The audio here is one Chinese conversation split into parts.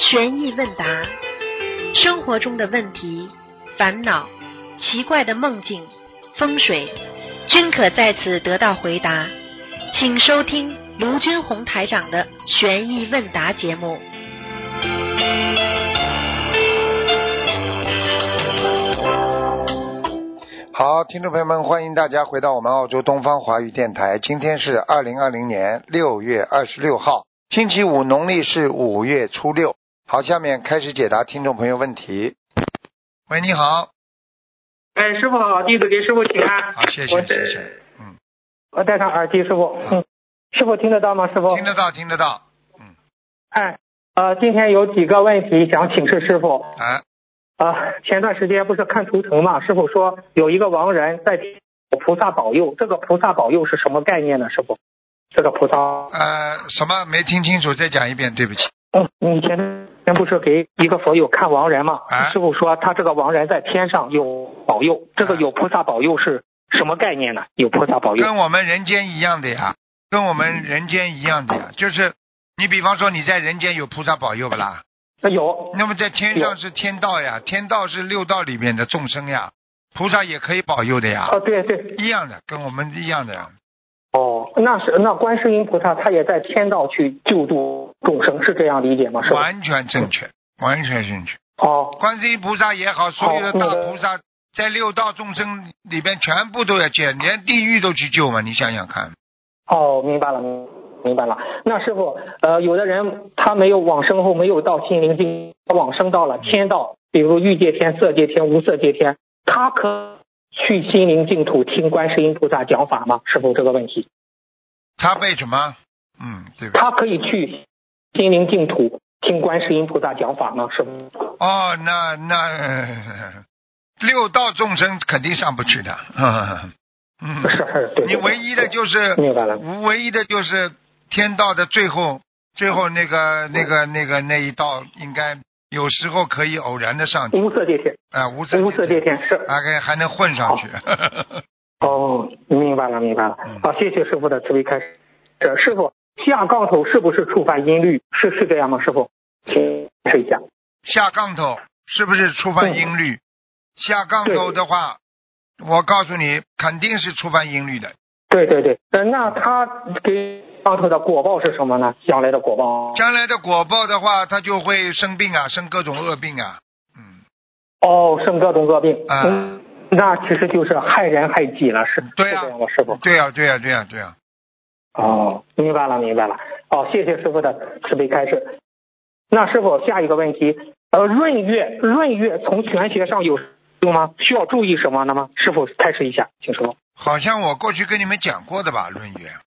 悬疑问答，生活中的问题、烦恼、奇怪的梦境、风水，均可在此得到回答。请收听卢军红台长的悬疑问答节目。 好，听众朋友们，欢迎大家回到我们澳洲东方华语电台。今天是2020年6月26号，星期五，农历是5月初六。好，下面开始解答听众朋友问题。喂，你好。 哎，师傅好，弟子给师傅请安。 好，谢谢，谢谢。 我戴上耳机，师傅。师傅听得到吗？师傅。 听得到，听得到。 今天有几个问题想请示师傅。前段时间不是看图腾嘛，师傅说有一个亡人在菩萨保佑，这个菩萨保佑是什么概念呢？师傅，这个菩萨什么没听清楚，再讲一遍，对不起。 你前不是给一个佛友看亡人嘛？师傅说他这个亡人在天上有保佑，这个有菩萨保佑是什么概念呢？有菩萨保佑跟我们人间一样的呀，就是你比方说你在人间有菩萨保佑不啦？ 有。 那么在天上是天道呀，天道是六道里面的众生呀，菩萨也可以保佑的呀。 对， 一样的，跟我们一样的呀。 那观世音菩萨他也在天道去救度众生，是这样理解吗？是完全正确，完全正确。观世音菩萨也好，所有的大菩萨在六道众生里边全部都要救，连地狱都去救嘛，你想想看。 明白了。那师傅，有的人他没有往生后没有到心灵境，往生到了天道，比如欲界天、色界天、无色界天，他可去心灵净土听观世音菩萨讲法吗？师傅，这个问题。 他被什么？对不起。 他可以去心灵净土听观世音菩萨讲法吗？师傅。 那六道众生肯定上不去的。 对。 你唯一的就是明白了， 唯一的就是天道的最后那一道，应该有时候可以偶然的上去。 无色界天。 无色界天是。 还能混上去。 明白了。好，谢谢师傅的慈悲开示。师傅，下杠头是不是触犯音律？是这样吗？师傅，请试一下。 下杠头是不是触犯音律？下杠头的话，我告诉你，肯定是触犯音律的。 对。那他给杠头的果报是什么呢？将来的果报的话，他就会生病啊，生各种恶病啊。 生各种恶病。那其实就是害人害己了，是对啊， 是这样的，师傅。 对啊。 明白了。谢谢师傅的慈悲开示。那师傅，下一个问题，闰月从玄学上有用吗？需要注意什么呢吗？师傅开示一下，请说。 好像我过去跟你们讲过的吧，闰月。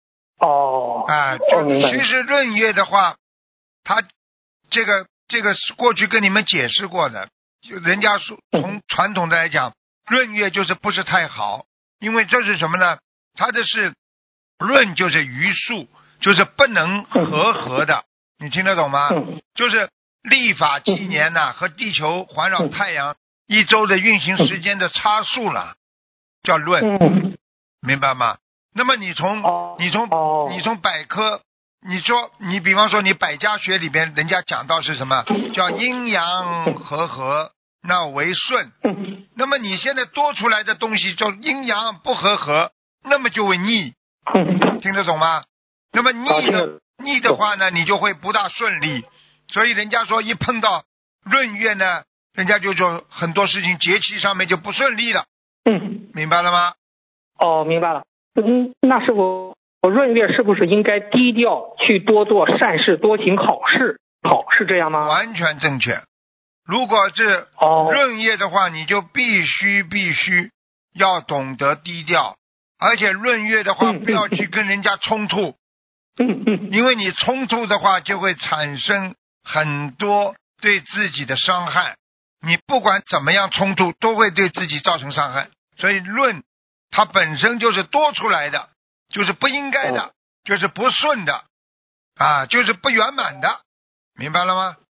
其实闰月的话，它这个是过去跟你们解释过的，人家说从传统的来讲，闰月就是不是太好，因为这是什么呢？它的是闰就是余数，就是不能合的，你听得懂吗？就是历法纪年和地球环绕太阳一周的运行时间的差数了，叫闰，明白吗？那么你从百科，你比方说你百家学里边人家讲到是什么叫阴阳和，那为顺。那么你现在多出来的东西叫阴阳不和，那么就会逆。听得懂吗？那么逆的话呢，你就会不大顺利。所以人家说一碰到闰月呢，人家就说很多事情节气上面就不顺利了。明白了吗？ 明白了。那师傅，闰月是不是应该低调去多做善事，多行好事？是这样吗？ 完全正确。如果是闰月的话，你就必须要懂得低调，而且闰月的话不要去跟人家冲突。因为你冲突的话就会产生很多对自己的伤害，你不管怎么样冲突都会对自己造成伤害。所以闰它本身就是多出来的，就是不应该的，就是不顺的就是不圆满的，明白了吗？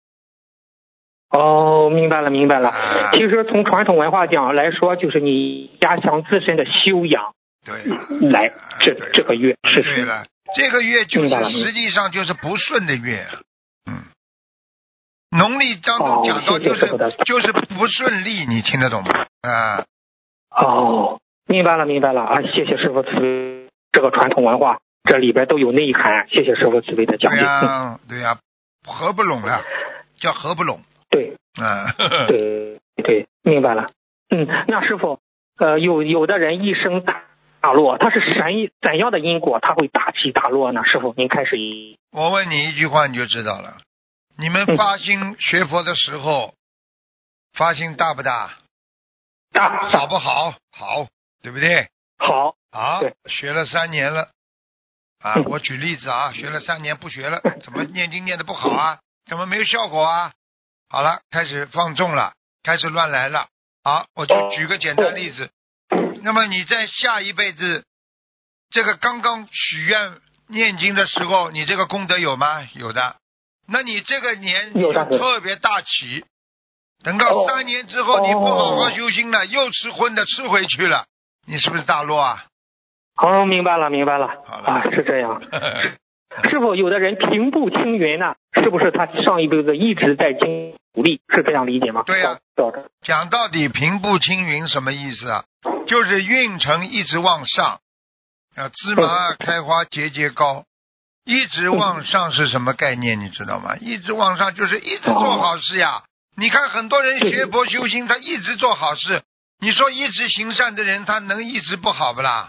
明白了。其实从传统文化讲来说，就是你加强自身的修养， 对， 来这个月是对了，这个月就是实际上就是不顺的月。 农历当中讲到就是、 谢谢师傅的就是不顺利，你听得懂吗？啊， 哦，明白了明白了啊！谢谢师傅慈悲，这个传统文化这里边都有内涵，谢谢师傅慈悲的讲对解。 呀、对呀、合不拢了，叫合不拢。 对啊， 对对，明白了。那师傅，有的人一生大落，他是怎样的因果，他会大起大落呢？师傅，您开始我问你一句话你就知道了。你们发心学佛的时候，发心大不大？ 大好不好？好，对不对？ 好啊对， 学了3年了啊！ 嗯我举例子啊，学了3年不学了，怎么念经念的不好啊？怎么没有效果啊？好了，开始放纵了，开始乱来了。好，我就举个简单例子。那么你在下一辈子，这个刚刚许愿念经的时候，你这个功德有吗？有的。那你这个年你有的就特别大起，等到3年之后，你不好好修心了，又吃荤的吃回去了，你是不是大落啊？ 好，明白了明白了。 好了啊，是这样。师傅，有的人平步青云呢，是不是他上一辈子一直在经努力？是这样理解吗？ 对呀到这讲到底，平步青云什么意思啊？就是运程一直往上，芝麻开花节节高，一直往上是什么概念？你知道吗？一直往上就是一直做好事呀。你看很多人学佛修心，他一直做好事，你说一直行善的人，他能一直不好不啦？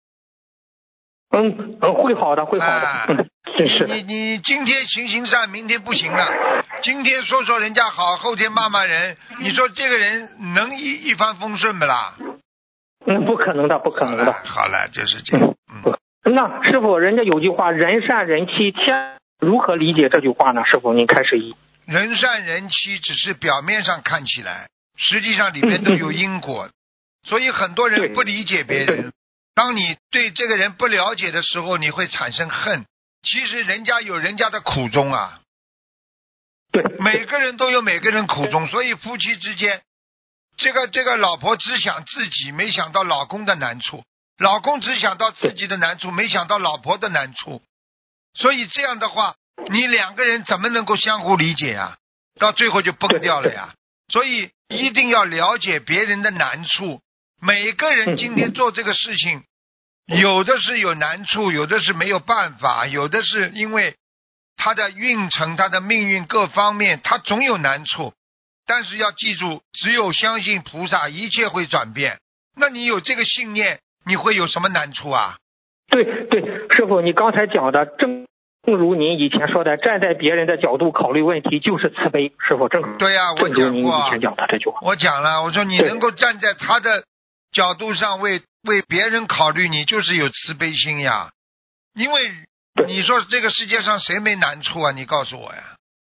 会好的会好的。 啊真是的。 你今天行善，明天不行了。今天说人家好，后天骂人，你说这个人能一帆风顺不啦？ 不可能的，不可能的。 好了，就是这样。 那师傅，人家有句话，人善人欺，天如何理解这句话呢？师傅，您开始人善人欺只是表面上看起来，实际上里面都有因果，所以很多人不理解别人。当你对这个人不了解的时候，你会产生恨。其实人家有人家的苦衷啊。 对， 每个人都有每个人苦衷，所以夫妻之间，这个老婆只想自己，没想到老公的难处；老公只想到自己的难处，没想到老婆的难处。所以这样的话，你两个人怎么能够相互理解啊？到最后就崩掉了呀。所以一定要了解别人的难处。每个人今天做这个事情，有的是有难处，有的是没有办法，有的是因为他的运程、他的命运各方面，他总有难处。但是要记住，只有相信菩萨，一切会转变。那你有这个信念，你会有什么难处啊？ 对，师傅，你刚才讲的正如您以前说的，站在别人的角度考虑问题就是慈悲。师傅， 对呀，我讲过， 您以前讲的这句话。 我讲了，我说你能够站在他的角度上为别人考虑，你就是有慈悲心呀。因为你说这个世界上谁没难处啊？你告诉我呀。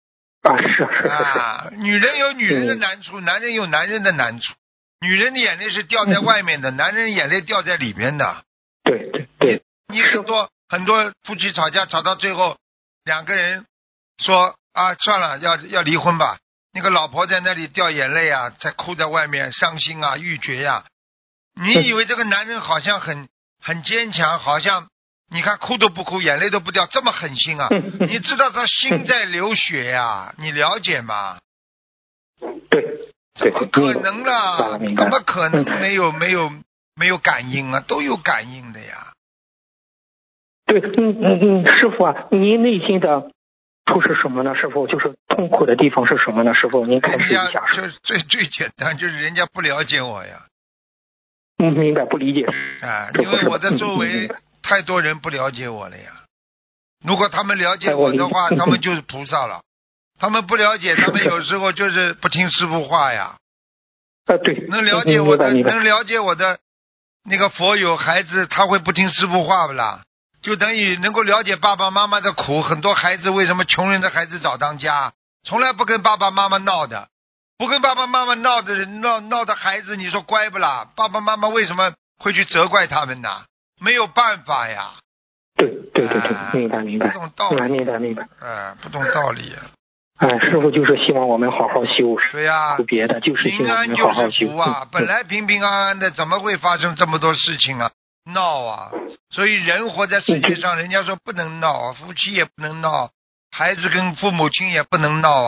是。 女人有女人的难处，男人有男人的难处。女人的眼泪是掉在外面的，男人眼泪掉在里面的。 对。 你很多夫妻吵架吵到最后，两个人说算了，要离婚吧。那个老婆在那里掉眼泪啊，在哭在外面，伤心啊，欲绝呀。你以为这个男人好像很坚强，好像你看哭都不哭，眼泪都不掉，这么狠心啊？你知道他心在流血呀，你了解吗？ 对， 怎么可能啦？怎么可能没有感应啊？都有感应的呀。 对，师傅啊，您内心的处是什么呢？师傅，就是痛苦的地方是什么呢？师傅，您开始一下。 就最简单，就是人家不了解我呀。 明白，不理解。 因为我的周围太多人不了解我了呀。如果他们了解我的话，他们就是菩萨了。他们不了解，他们有时候就是不听师父话呀。 对。 能了解我的那个佛友孩子，他会不听师父话不啦？就等于能够了解爸爸妈妈的苦。很多孩子为什么穷人的孩子早当家，从来不跟爸爸妈妈闹的，不跟爸爸妈妈闹的孩子，你说乖不啦？爸爸妈妈为什么会去责怪他们呢？没有办法呀。 对，明白。 不懂道理。 明白。 不懂道理呀。 师傅就是希望我们好好修。 对呀。 不别的，就是希望我们好好修。 平安就是福啊！本来平平安安的，怎么会发生这么多事情啊？闹啊！所以人活在世界上，人家说不能闹啊，夫妻也不能闹，孩子跟父母亲也不能闹啊。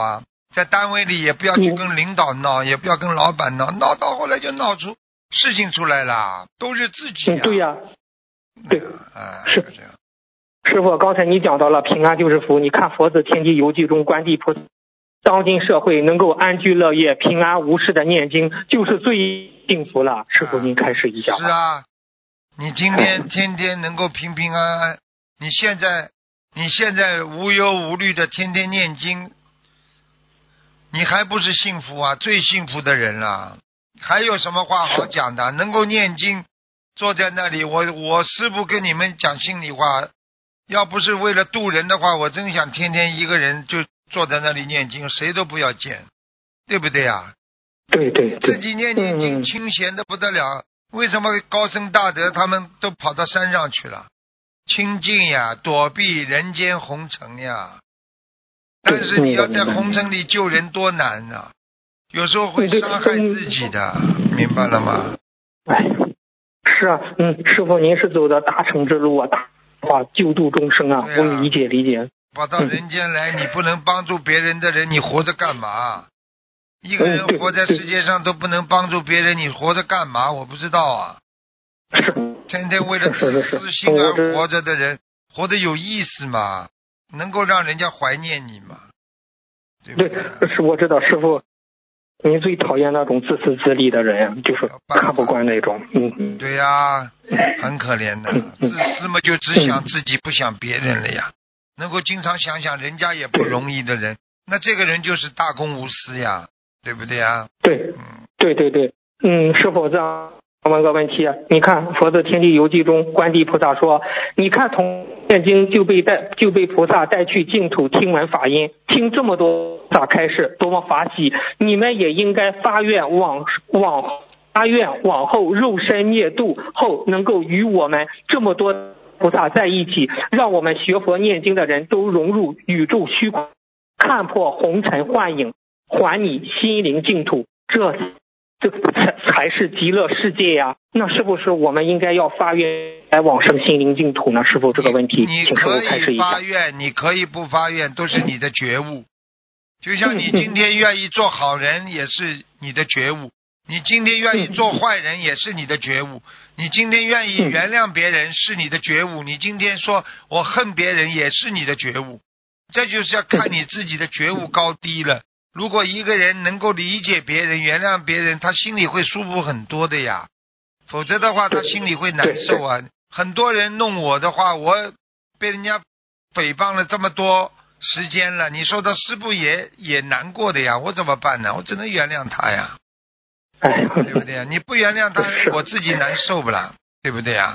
在单位里也不要去跟领导闹，也不要跟老板闹，闹到后来就闹出事情出来了，都是自己对呀，对，是这样。 师傅，刚才你讲到了平安就是福，你看《佛子天地游记》中，观地菩萨当今社会能够安居乐业、平安无事的念经，就是最幸福了。师傅，您开始一下吧。 是啊，你今天天天能够平平安安，你现在无忧无虑的天天念经，你还不是幸福啊？最幸福的人了，还有什么话好讲的？能够念经，坐在那里，我师父跟你们讲心里话，要不是为了渡人的话，我真想天天一个人就坐在那里念经，谁都不要见，对不对啊？ 对， 自己念经清闲的不得了。为什么高僧大德他们都跑到山上去了？清净呀，躲避人间红尘呀。但是你要在红尘里救人多难啊，有时候会伤害自己的，明白了吗？ 是啊，师父您是走的大乘之路啊，救度众生啊，我理解。 跑到人间来，你不能帮助别人的人，你活着干嘛？一个人活在世界上都不能帮助别人，你活着干嘛？我不知道啊。天天为了自私心而活着的人，活得有意思吗？能够让人家怀念你吗？对， 是我知道，师父，您最讨厌那种自私自利的人，就是看不惯那种。 对呀，很可怜的，自私嘛，就只想自己，不想别人了呀。能够经常想想人家也不容易的人，那这个人就是大公无私呀，对不对呀？对，师父这样问个问题，你看《佛子天地游记》中，观地菩萨说，你看同念经就被菩萨带去净土听闻法音，听这么多菩萨开示，多么法喜！你们也应该发愿往后肉身灭度后，能够与我们这么多菩萨在一起，让我们学佛念经的人都融入宇宙虚空，看破红尘幻影，还你心灵净土，这才是极乐世界呀！那是不是我们应该要发愿来往生心灵净土呢？师父，这个问题请师父开始一下。你可以发愿，你可以不发愿，都是你的觉悟。就像你今天愿意做好人，也是你的觉悟；你今天愿意做坏人，也是你的觉悟；你今天愿意原谅别人，是你的觉悟；你今天说我恨别人，也是你的觉悟。这就是要看你自己的觉悟高低了。如果一个人能够理解别人、原谅别人，他心里会舒服很多的呀。否则的话，他心里会难受啊。很多人弄我的话，我被人家诽谤了这么多时间了，你说他师父也难过的呀。我怎么办呢？我只能原谅他呀，对不对呀？你不原谅他，我自己难受不啦，对不对呀？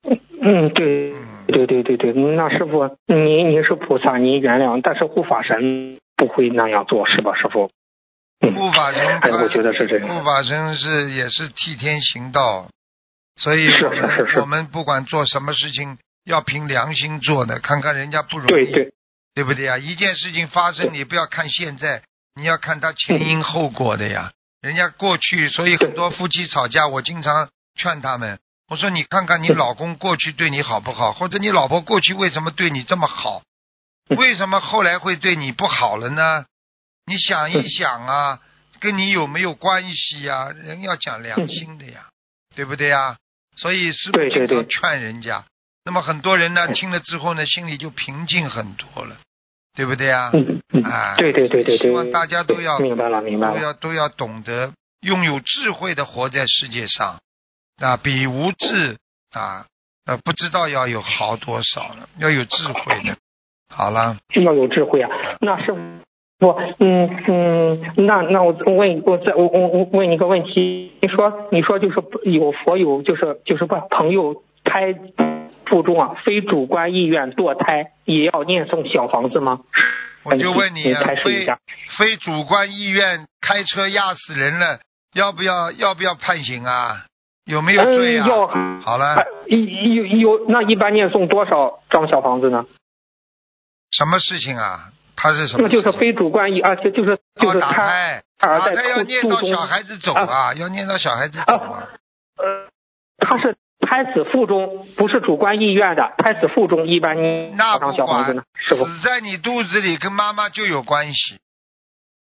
对，那师父，您是菩萨，您原谅，但是护法神不会那样做，是吧，师父？护法神，我觉得是这样。护法神也是替天行道，所以我们不管做什么事情，要凭良心做的，看看人家不容易，对不对呀？一件事情发生，你不要看现在，你要看他前因后果的呀。人家过去，所以很多夫妻吵架，我经常劝他们，我说你看看你老公过去对你好不好，或者你老婆过去为什么对你这么好，为什么后来会对你不好了呢？你想一想啊，跟你有没有关系呀？人要讲良心的呀，对不对呀？所以师父经常劝人家。那么很多人呢，听了之后呢，心里就平静很多了，对不对呀？对，希望大家都要明白了，都要懂得拥有智慧的活在世界上啊，比无智啊不知道要有好多少了，要有智慧的。好了，要有智慧啊，那是我那我问你一个问题，你说就是有佛友就是把朋友胎腹中啊，非主观意愿堕胎也要念诵小房子吗？我就问你啊，非主观意愿开车压死人了，要不要判刑啊？有没有罪啊？好了，有那一般念诵多少张小房子呢？什么事情啊？他是什么？那就是非主观意，而且就是打胎要念到小孩子走啊，要念到小孩子走啊。他是胎死腹中，不是主观意愿的，胎死腹中一般你那不管，死在你肚子里跟妈妈就有关系。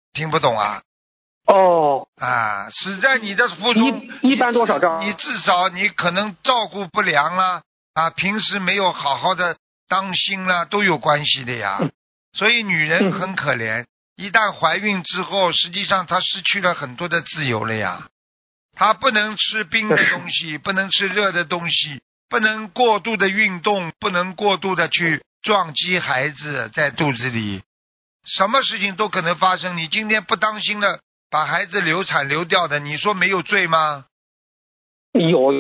听不懂啊？ 哦， 啊，死在你的腹中， 一般多少张？ 你至少你可能照顾不良啦，啊，平时没有好好的当心啦，都有关系的呀。所以女人很可怜，一旦怀孕之后，实际上她失去了很多的自由了呀。她不能吃冰的东西，不能吃热的东西，不能过度的运动，不能过度的去撞击孩子在肚子里，什么事情都可能发生。你今天不当心了，把孩子流产流掉的，你说没有罪吗？ 有，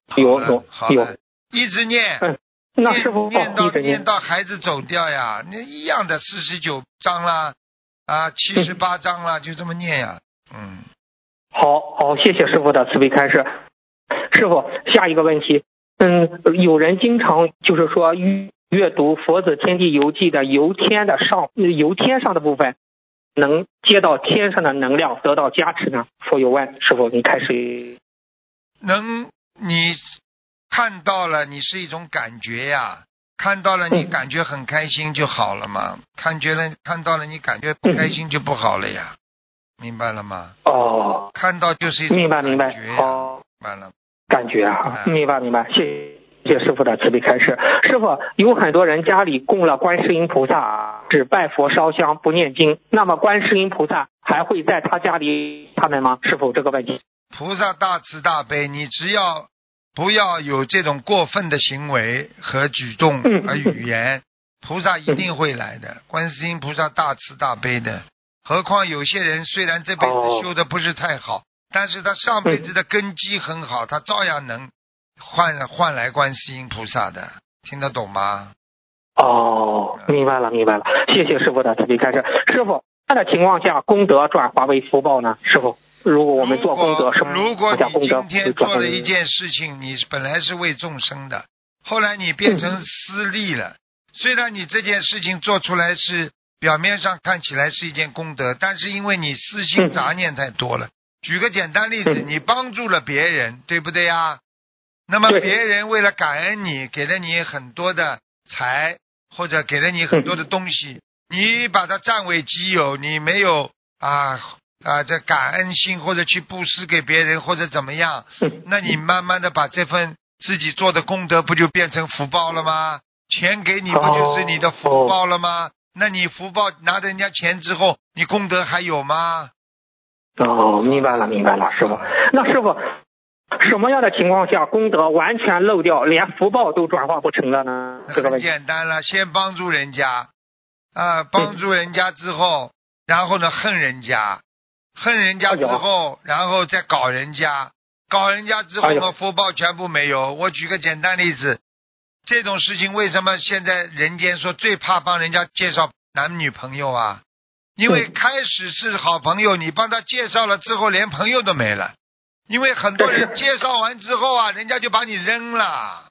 一直念， 那师傅念到孩子走掉呀，那一样的49章啦，啊，78章啦，就这么念呀。 好，谢谢师傅的慈悲开示。师傅，下一个问题，有人经常就是说阅读《佛子天地游记》的游天上的部分，能接到天上的能量，得到加持呢？佛有问，师傅你开始。 你看到了，你是一种感觉呀，看到了你感觉很开心就好了嘛，看到了你感觉不开心就不好了呀，明白了吗？ 哦， 看到就是一种感觉呀， 明白。好， 完了， 感觉啊，明白，谢谢师傅的慈悲开示。师傅，有很多人家里供了观世音菩萨，只拜佛烧香不念经，那么观世音菩萨还会在他家里他们吗？师傅这个问题。 菩萨大慈大悲，你只要不要有这种过分的行为和举动和语言，菩萨一定会来的。观世音菩萨大慈大悲的，何况有些人虽然这辈子修的不是太好，但是他上辈子的根基很好，他照样能换来观世音菩萨的，听得懂吗？ 明白了，谢谢师傅的慈悲开示。师傅，这样的情况下，功德转化为福报呢？师傅，如果我们做功德， 如果你今天做了一件事情，你本来是为众生的，后来你变成私利了，虽然你这件事情做出来是表面上看起来是一件功德，但是因为你私心杂念太多了。举个简单例子，你帮助了别人，对不对呀？那么别人为了感恩你，给了你很多的财，或者给了你很多的东西，你把它占为己有，你没有这感恩心，或者去布施给别人，或者怎么样，那你慢慢的把这份自己做的功德不就变成福报了吗？钱给你不就是你的福报了吗？那你福报拿着人家钱之后，你功德还有吗？ 明白了，师傅。那师傅，什么样的情况下功德完全漏掉，连福报都转化不成了呢？这个很简单了，先帮助人家，帮助人家之后，然后呢恨人家之后，然后再搞人家之后呢，福报全部没有。我举个简单例子，这种事情为什么现在人间说最怕帮人家介绍男女朋友啊？因为开始是好朋友，你帮他介绍了之后连朋友都没了，因为很多人介绍完之后人家就把你扔了。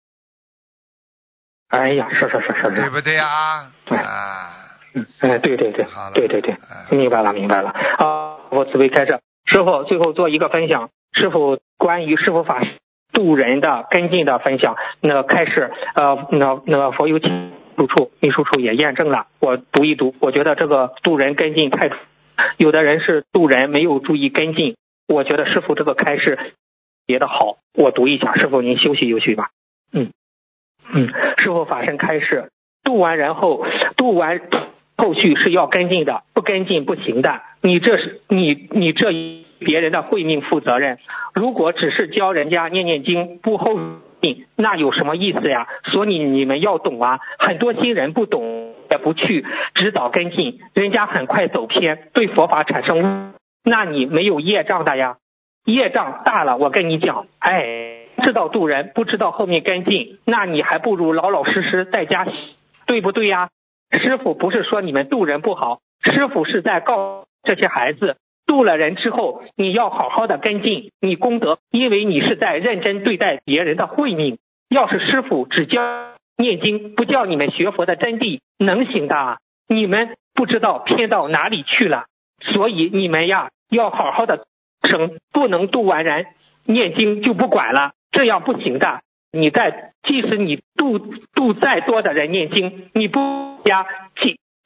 哎呀，是， 对不对啊？ 对，明白了。我慈悲开示，师傅最后做一个分享，师傅关于师傅法度人的跟进的分享。那开示那佛有请秘书处也验证了，我读一读，我觉得这个度人跟进太，有的人是度人没有注意跟进，我觉得师傅这个开示别的好，我读一下，师傅您休息吧。师傅法身开示，度完人后后续是要跟进的，不跟进不行的。你这别人的慧命负责任，如果只是教人家念经不后进，那有什么意思呀？所以你们要懂啊，很多新人不懂也不去指导跟进，人家很快走偏，对佛法产生那你没有业障的呀，业障大了，我跟你讲，知道度人不知道后面跟进，那你还不如老老实实在家，对不对呀？师父不是说你们度人不好，师父是在告诉这些孩子，度了人之后你要好好的跟进你功德，因为你是在认真对待别人的慧命。要是师父只教念经不教你们学佛的真谛，能行的啊？你们不知道偏到哪里去了，所以你们呀要好好的生，不能度完人念经就不管了，这样不行的。即使你度再多的人念经，你不加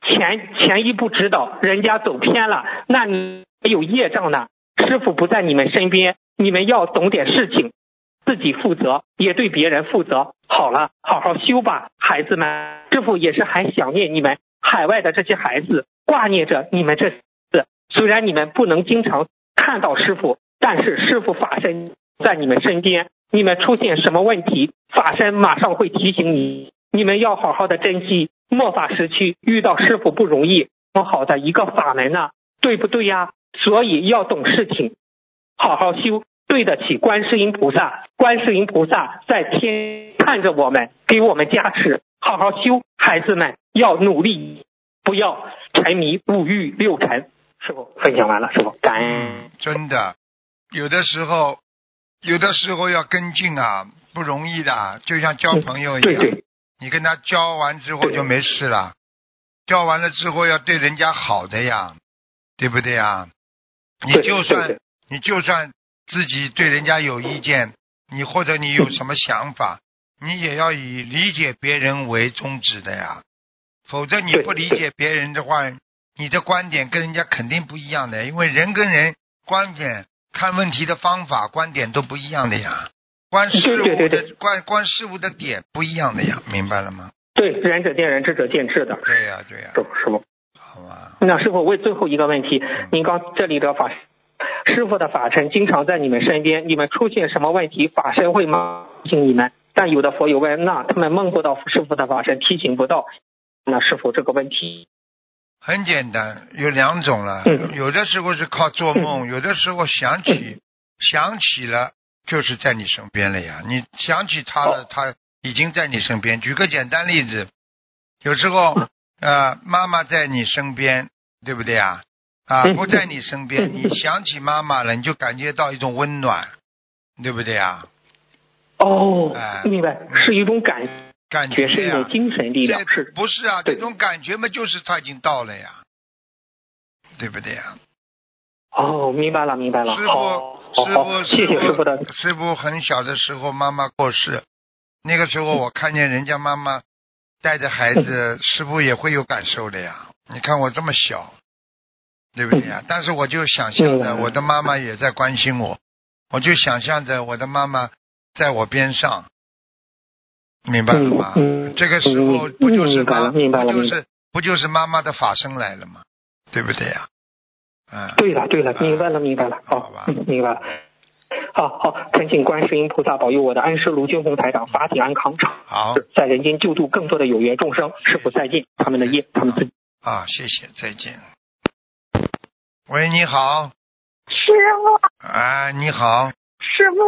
前一步指导，人家走偏了，那你有业障呢？师父不在你们身边，你们要懂点事情，自己负责，也对别人负责。好了，好好修吧，孩子们。师父也是很想念你们海外的这些孩子，挂念着你们这次。虽然你们不能经常看到师父，但是师父法身在你们身边，你们出现什么问题，法身马上会提醒你，你们要好好的珍惜。末法时期遇到师父不容易，多好的一个法门呢，对不对呀？所以要懂事情，好好修，对得起观世音菩萨。观世音菩萨在天看着我们，给我们加持，好好修，孩子们要努力，不要沉迷五欲六尘。师父分享完了，师父感恩。 真的，有的时候要跟进啊，不容易的，就像交朋友一样。 对， 你跟他交完之后就没事了，交完了之后要对人家好的呀，对不对呀？你就算自己对人家有意见，你或者你有什么想法，你也要以理解别人为宗旨的呀，否则你不理解别人的话，你的观点跟人家肯定不一样的，因为人跟人观点看问题的方法观点都不一样的呀，观事物的点不一样的呀，明白了吗？ 对，仁者见仁，智者见智的。 对呀， 师父。 好吧。 那师父为最后一个问题，您刚这里的师父的法身经常在你们身边，你们出现什么问题，法身会提醒你们。但有的佛友问，那他们梦不到师父的法身，提醒不到，那师父这个问题很简单，有两种了，有的时候是靠做梦，有的时候想起了就是在你身边了呀，你想起他了，他已经在你身边。举个简单例子，有时候妈妈在你身边，对不对啊？不在你身边，你想起妈妈了，你就感觉到一种温暖，对不对啊？ 明白，是一种感觉，是一种精神力量，是不是啊？这种感觉嘛，就是他已经到了呀，对不对呀？ 明白了。谢谢师父的。 师父很小的时候，妈妈过世，那个时候我看见人家妈妈带着孩子，师父也会有感受的呀。你看我这么小，对不对呀？但是我就想象着我的妈妈也在关心我，我就想象着我的妈妈在我边上，明白了吗？这个时候不就是妈妈的法身来了吗？对不对呀？ 对了，明白了。好吧，明白了。好，恳请观世音菩萨保佑我的恩师卢军宏台长法体安康， 好， 在人间救度更多的有缘众生。师父再见，他们的业，他们自己。 谢谢，再见。喂，你好。 师傅。 你好。 师傅。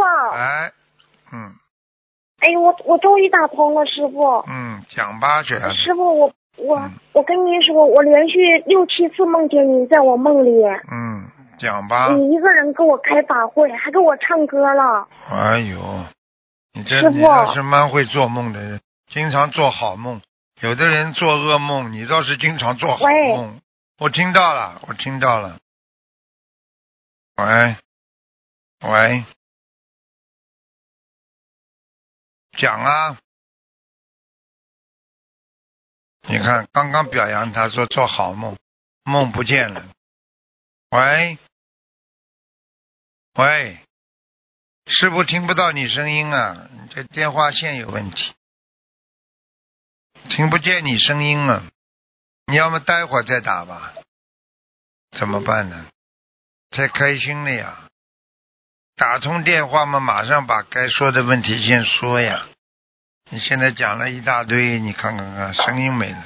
我终于打通了，师傅。 讲吧，这样。 师傅，我跟您说，我连续6、7次梦见您在我梦里。 讲吧。 你一个人给我开法会，还给我唱歌了。 哎呦，你倒是蛮会做梦的人，经常做好梦。有的人做噩梦，你倒是经常做好梦。我听到了。喂，讲啊。你看，刚刚表扬他说做好梦，梦不见了。喂，师父听不到你声音啊，你这电话线有问题，听不见你声音啊。你要么待会儿再打吧，怎么办呢？太开心了呀，打通电话嘛，马上把该说的问题先说呀。你现在讲了一大堆，你看看声音没了。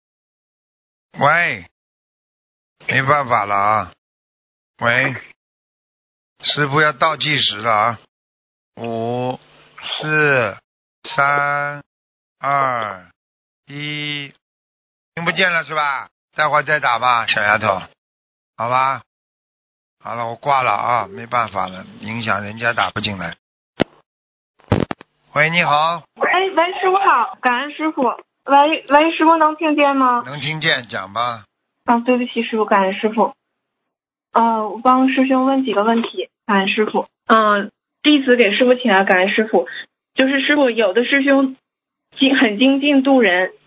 喂，没办法了啊。喂，师父要倒计时了啊！5、4、3、2、1，听不见了是吧？待会儿再打吧，小丫头，好吧？好了，我挂了啊，没办法了，影响人家打不进来。喂，你好。 喂，师傅好，感恩师傅。喂，师傅能听见吗？ 能听见，讲吧。 对不起，师傅，感恩师傅。我帮师兄问几个问题，感恩师傅。弟子给师傅请安，感恩师傅。就是师傅，有的师兄很精进度人，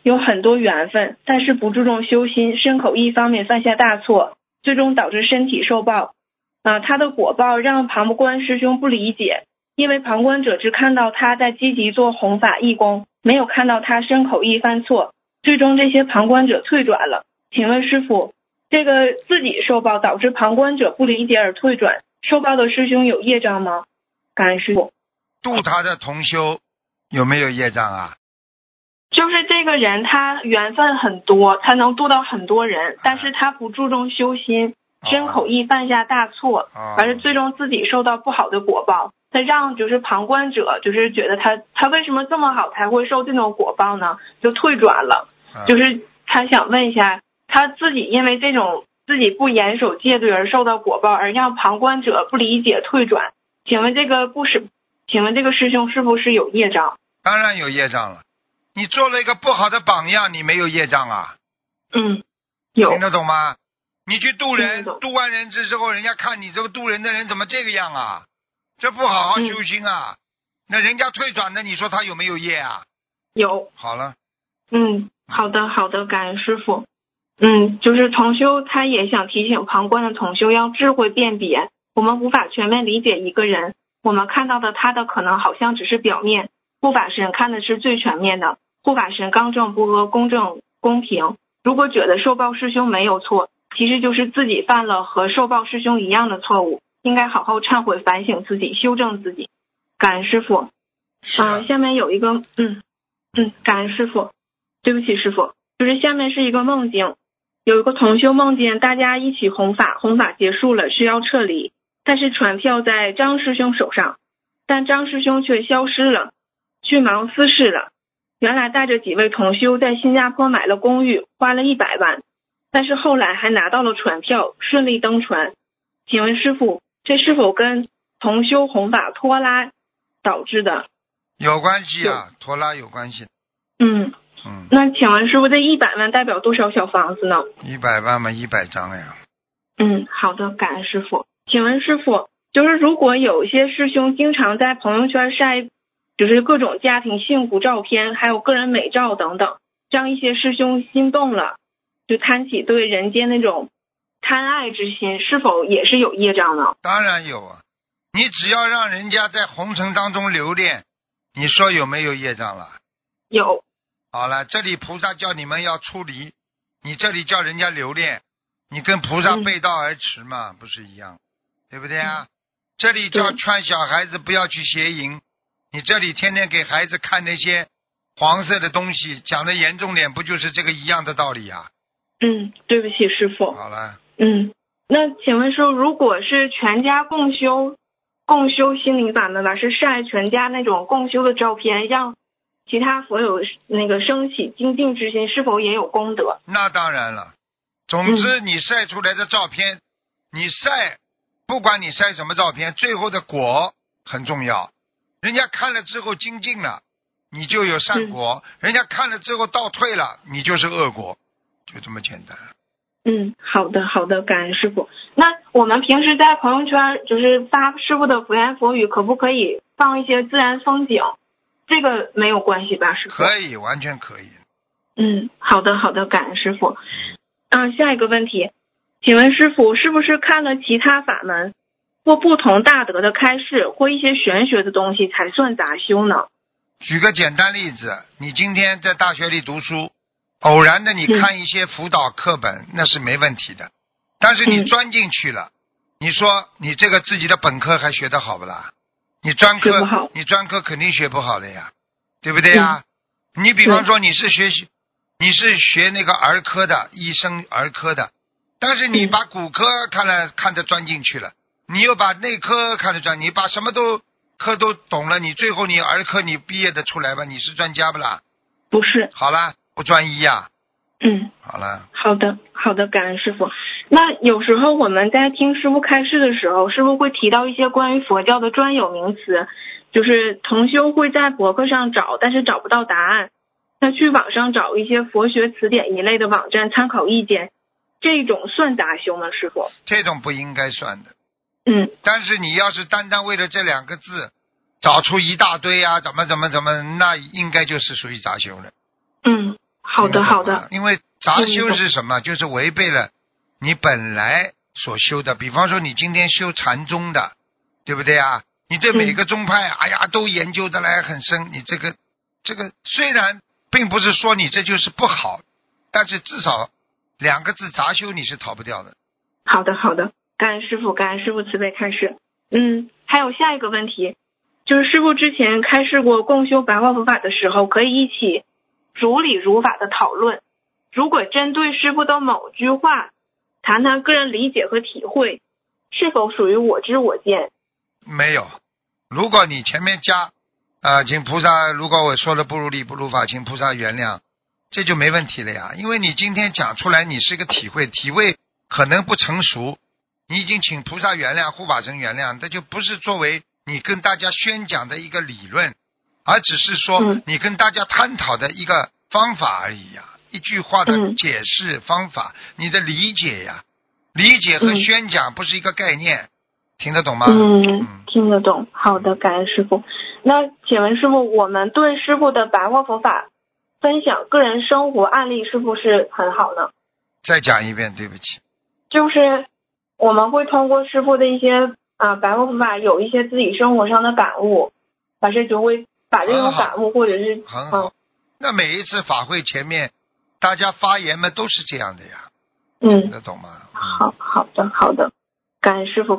有很多缘分，但是不注重修心，身口意方面犯下大错，最终导致身体受报。他的果报让旁观师兄不理解，因为旁观者只看到他在积极做弘法义工，没有看到他身口意犯错，最终这些旁观者退转了。请问师父，这个自己受报导致旁观者不理解而退转，受报的师兄有业障吗？感恩师父。 度他的同修有没有业障啊？ 就是这个人他缘分很多，他能度到很多人，但是他不注重修心，身口意犯下大错，而是最终自己受到不好的果报。他让就是旁观者就是觉得他为什么这么好才会受这种果报呢？就退转了。就是他想问一下，他自己因为这种自己不严守戒律而受到果报，而让旁观者不理解退转，请问这个师兄是不是有业障？ 当然有业障了。你做了一个不好的榜样，你没有业障啊？ 有。 听得懂吗？你去渡人，渡完人之后，人家看你这个渡人的人怎么这个样啊？这不好好修心啊。那人家退转的，你说他有没有业啊？ 有。 好了。 好的，感恩师父。就是同修他也想提醒旁观的同修要智慧辨别，我们无法全面理解一个人，我们看到的他的可能好像只是表面，护法神看的是最全面的，护法神刚正不阿，公正公平。如果觉得受报师兄没有错，其实就是自己犯了和受报师兄一样的错误，应该好好忏悔反省自己，修正自己。感恩师父。下面有一个感恩师父。对不起师父，就是下面是一个梦境，有一个同修梦见大家一起弘法，弘法结束了需要撤离，但是传票在张师兄手上，但张师兄却消失了，去忙私事了。原来带着几位同修在新加坡买了公寓，花了100万，但是后来还拿到了传票，顺利登船。请问师父，这是否跟同修弘法拖拉导致的？ 有关系啊，拖拉有关系。 那请问师父，这100万代表多少小房子呢 ？100万嘛，100张呀。 好的，感恩师父。请问师父，就是如果有一些师兄经常在朋友圈晒就是各种家庭幸福照片，还有个人美照等等，让一些师兄心动了，就贪起对人间那种贪爱之心，是否也是有业障呢？ 当然有啊，你只要让人家在红尘当中留恋，你说有没有业障了？ 有。 好了，这里菩萨叫你们要出离，你这里叫人家留恋，你跟菩萨背道而驰嘛，不是一样，对不对啊？这里叫劝小孩子不要去邪淫，你这里天天给孩子看那些黄色的东西，讲的严重点，不就是这个一样的道理啊？ 对不起师父。 好了。 那请问说，如果是全家共修心灵法门吧，是晒全家那种共修的照片，让其他佛友那个升起精进之心，是否也有功德？ 那当然了。总之你晒出来的照片，你晒不管你晒什么照片，最后的果很重要。人家看了之后精进了，你就有善果，人家看了之后倒退了，你就是恶果，就这么简单。 好的，感恩师父。那我们平时在朋友圈就是发师父的佛言佛语，可不可以放一些自然风景？这个没有关系吧，师父？ 可以，完全可以。 好的，感恩师父。下一个问题，请问师父，是不是看了其他法门或不同大德的开示或一些玄学的东西才算杂修呢？ 举个简单例子，你今天在大学里读书，偶然的你看一些辅导课本，那是没问题的。但是你钻进去了，你说你这个自己的本科还学得好不啦？你专科肯定学不好的呀，对不对呀？你比方说你是学那个儿科的，医生儿科的，但是你把骨科看得钻进去了，你又把内科看得钻，你把什么科都懂了，你最后你儿科你毕业的出来吧？你是专家不啦？ 不是。 好了，不专一呀。好了。 好的，感恩师父。那有时候我们在听师父开示的时候，师父会提到一些关于佛教的专有名词，就是同修会在博客上找，但是找不到答案，那去网上找一些佛学词典一类的网站参考意见，这种算杂修吗，师父？ 这种不应该算的。但是你要是单单为了这2个字找出一大堆啊，怎么，那应该就是属于杂修了。 好的好的。 因为杂修是什么？就是违背了你本来所修的。比方说你今天修禅宗的，对不对啊？你对每个宗派，哎呀，都研究的来很深。你这个虽然并不是说你这就是不好，但是至少2个字杂修你是逃不掉的。 好的好的，感恩师父慈悲开示。还有下一个问题，就是师父之前开示过共修白话佛法的时候，可以一起如理如法的讨论。如果针对师父的某句话谈谈个人理解和体会，是否属于我知我见？ 没有。如果你前面加请菩萨，如果我说的不如理不如法，请菩萨原谅，这就没问题了呀。因为你今天讲出来，你是个体会可能不成熟，你已经请菩萨原谅，护法神原谅，这就不是作为你跟大家宣讲的一个理论，而只是说你跟大家探讨的一个方法而已呀。一句话的解释方法，你的理解呀，理解和宣讲不是一个概念，听得懂吗？ 听得懂。好的，感恩师父。那请问师父，我们对师父的白话佛法分享个人生活案例是不是很好呢？ 再讲一遍，对不起。 就是我们会通过师父的一些白话佛法有一些自己生活上的感悟，就会把这种感悟或者是很好。那每一次法会前面大家发言嘛都是这样的呀。听得懂吗？ 好的，感恩师父。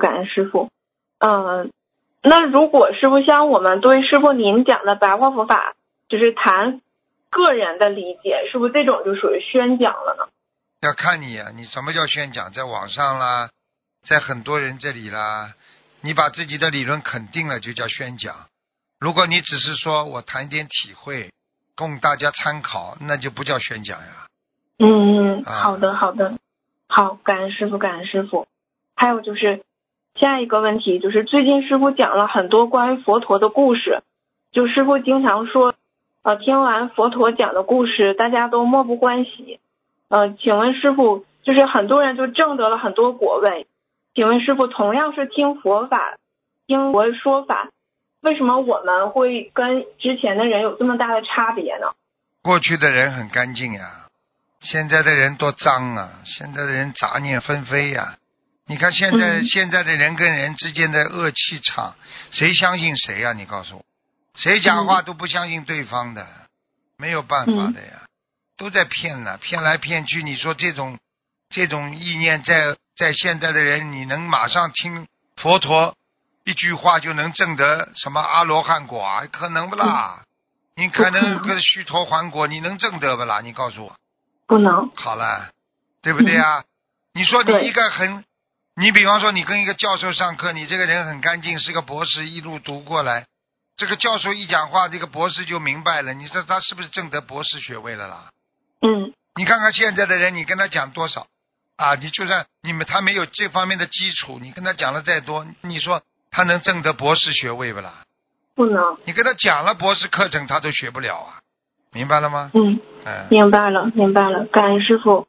那如果师父像我们对师父您讲的白话佛法就是谈个人的理解，是不是这种就属于宣讲了呢？ 要看你啊，你什么叫宣讲？在网上啦，在很多人这里啦，你把自己的理论肯定了就叫宣讲。如果你只是说我谈点体会供大家参考，那就不叫宣讲呀。 好的，好，感恩师父。还有就是下一个问题，就是最近师父讲了很多关于佛陀的故事，就师父经常说听完佛陀讲的故事大家都漠不关喜。请问师父，就是很多人就证得了很多果位，请问师父，同样是听佛法听佛说法，为什么我们会跟之前的人有这么大的差别呢？ 过去的人很干净呀，现在的人多脏啊，现在的人杂念纷飞呀。你看现在的人跟人之间的恶气场，谁相信谁呀？你告诉我，谁讲话都不相信对方的，没有办法的呀，都在骗了，骗来骗去。你说这种意念在现在的人，你能马上听佛陀一句话就能证得什么阿罗汉果啊？可能不啦？你可能个须陀洹果，你能证得不啦？你告诉我。 不能。 好了，对不对啊？你说你一个你比方说你跟一个教授上课，你这个人很干净，是个博士，一路读过来，这个教授一讲话，这个博士就明白了，你说他是不是证得博士学位了啦？你看看现在的人，你跟他讲多少啊？你就算他没有这方面的基础，你跟他讲了再多，你说他能证得博士学位不啦？ 不能。 你跟他讲了博士课程，他都学不了啊，明白了吗？ 明白了，感恩师父。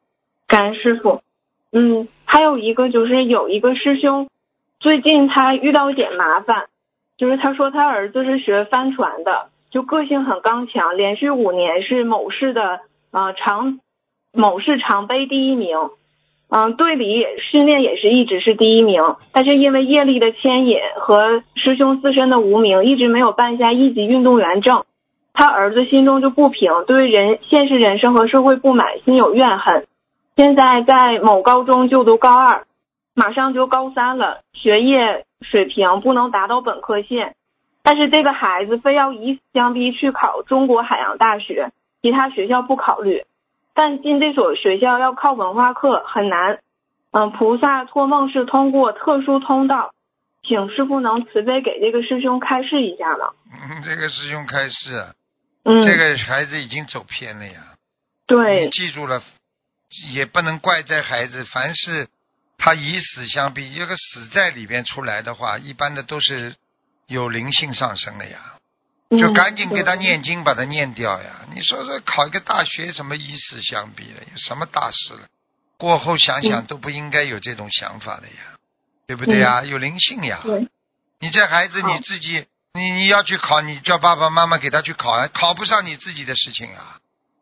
还有一个就是有一个师兄最近他遇到一点麻烦，就是他说他儿子是学帆船的，就个性很刚强，连续5年是某市的某市常杯第1名，队里训练也是一直是第1名，但是因为业力的牵引和师兄自身的无名，一直没有办下1级运动员证。他儿子心中就不平，对现实人生和社会不满，心有怨恨。现在在某高中就读高2，马上就高3了，学业水平不能达到本科线，但是这个孩子非要以死相逼去考中国海洋大学，其他学校不考虑，但进这所学校要靠文化课，很难。菩萨托梦是通过特殊通道，请师父能慈悲给这个师兄开示一下呢？ 这个师兄开示，这个孩子已经走偏了呀。 对， 你记住了，也不能怪这孩子，凡是他以死相逼，这个死在里边出来的话，一般的都是有灵性上升了呀。就赶紧给他念经，把他念掉呀。你说考一个大学什么以死相逼了，有什么大事了？过后想想都不应该有这种想法的呀，对不对呀？有灵性呀。你这孩子你自己你要去考，你叫爸爸妈妈给他去考，考不上你自己的事情啊。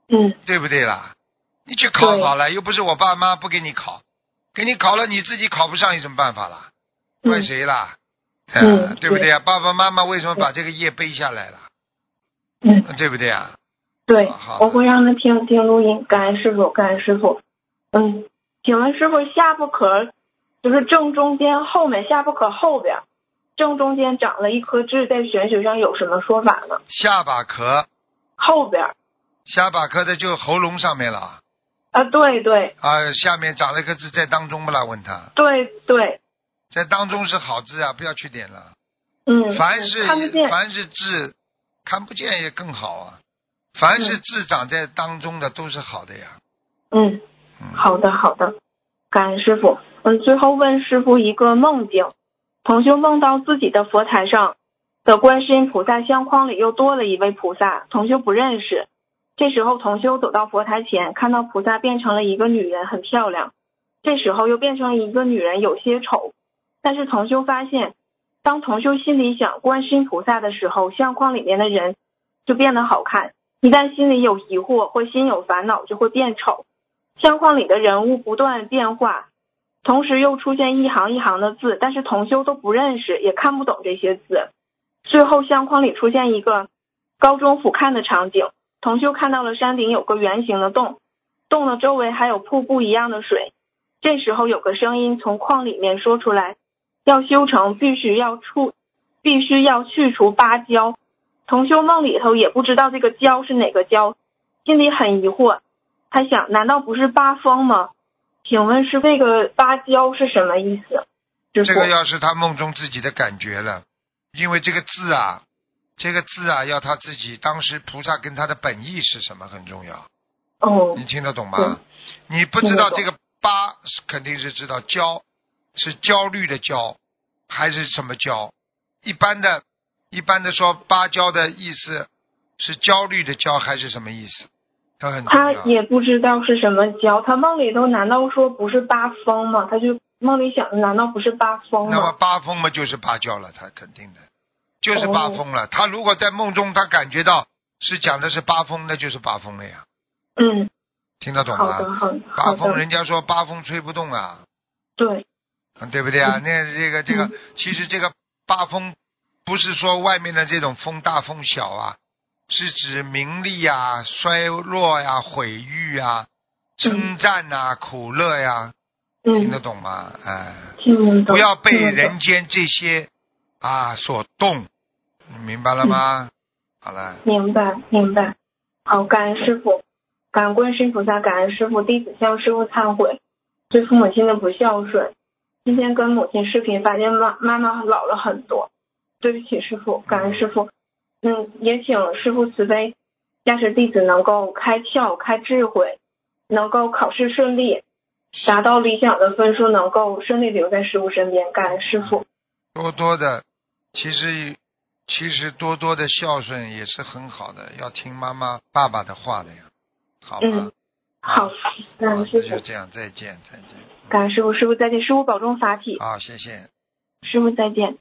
对不对啦？你去考好了，又不是我爸妈不给你考，给你考了你自己考不上有什么办法啦？怪谁啦？对不对啊？爸爸妈妈为什么把这个业背下来了？对不对啊？ 对，我会让他听录音。感恩师傅，感恩师傅。请问师傅，下巴壳就是正中间后面下巴壳后边，正中间长了一颗痣，在玄学上有什么说法呢？ 下巴壳后边， 下巴壳的就喉咙上面了。 对。 下面长了一个痣在当中不啦？问他。 对， 在当中是好痣啊，不要去点了。凡是痣看不见也更好啊。凡是痣长在当中的都是好的呀。 好的，感恩师傅。最后问师傅一个梦境，同修梦到自己的佛台上的观世音菩萨相框里又多了一位菩萨，同修不认识。这时候同修走到佛台前，看到菩萨变成了一个女人，很漂亮。这时候又变成了一个女人，有些丑。但是同修发现，当同修心里想观世音菩萨的时候，相框里面的人就变得好看。一旦心里有疑惑或心有烦恼，就会变丑。相框里的人物不断变化，同时又出现一行一行的字，但是同修都不认识，也看不懂这些字。最后相框里出现一个高中俯瞰的场景，同修看到了山顶有个圆形的洞，洞的周围还有瀑布一样的水。这时候有个声音从框里面说出来，要修成必须要去除八交。同修梦里头也不知道这个交是哪个交，心里很疑惑，他想难道不是八风吗？请问是这个八交是什么意思？ 这个要是他梦中自己的感觉了，因为这个字啊要他自己当时菩萨跟他的本意是什么很重要。你听得懂吗？你不知道这个八肯定是知道，焦是焦虑的焦还是什么焦？一般的说芭蕉的意思是焦虑的焦还是什么意思？ 他也不知道是什么焦，他梦里头难道说不是八风吗？他就梦里想难道不是八风吗？ 那么八风嘛就是芭蕉了，他肯定的就是八风了。他如果在梦中他感觉到是讲的是八风，那就是八风了呀。听得懂吗？ 好的。 八风人家说八风吹不动啊。对不对啊？那这个其实这个八风不是说外面的这种风大风小啊，是指名利啊、衰落呀、毁誉啊、称赞啊、苦乐呀，听得懂吗？不要被人间这些所动，明白了吗？好了， 明白。好，感恩师父，感恩观世音菩萨，感恩师父，弟子向师父忏悔，对父母亲的不孝顺。今天跟母亲视频，发现妈妈老了很多，对不起师父，感恩师父。也请师父慈悲，加持弟子能够开窍、开智慧，能够考试顺利，达到理想的分数，能够顺利留在师父身边。感恩师父。 多多的，其实多多的孝顺也是很好的，要听妈妈、爸爸的话的呀，好吗？ 好，感恩师父。 就这样，再见。 感恩师父，师父再见，师父保重法体。 好，谢谢。 师父再见。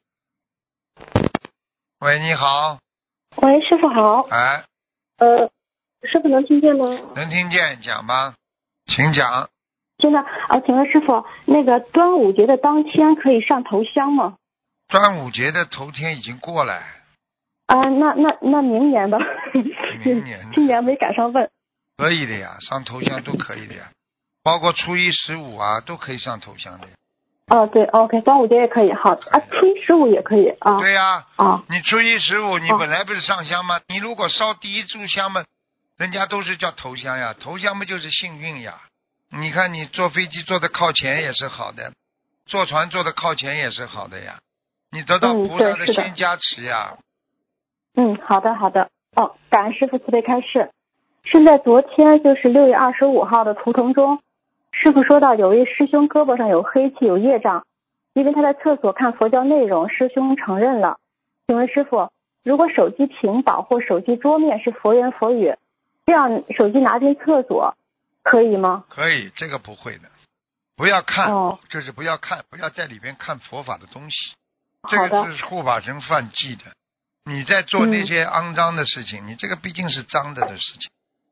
喂，你好。 喂，师父好。师父能听见吗？ 能听见，讲吧，请讲。 真的请问师父，那个端午节的当天可以上头香吗？ 端午节的头天已经过了。 那明年吧。 明年。 今年没赶上问。 可以的呀，上头香都可以的呀，包括初一十五都可以上头香的呀。 对 ，OK， 端午节也可以，好初一十五也可以啊。 对呀。你初一十五你本来不是上香吗？你如果烧第一炷香嘛，人家都是叫头香呀，头香嘛就是幸运呀。你看你坐飞机坐的靠前也是好的，坐船坐的靠前也是好的呀，你得到菩萨的先加持呀。 好的。感恩师父慈悲开示。是在昨天就是6月25号的图腾中，师父说到有位师兄胳膊上有黑气有业障，因为他在厕所看佛教内容，师兄承认了。请问师父，如果手机屏保或手机桌面是佛言佛语，这样手机拿进厕所可以吗？ 可以，这个不会的，不要看，这是不要看，不要在里边看佛法的东西，这个是护法神犯忌的。你在做那些肮脏的事情，你这个毕竟是脏的事情，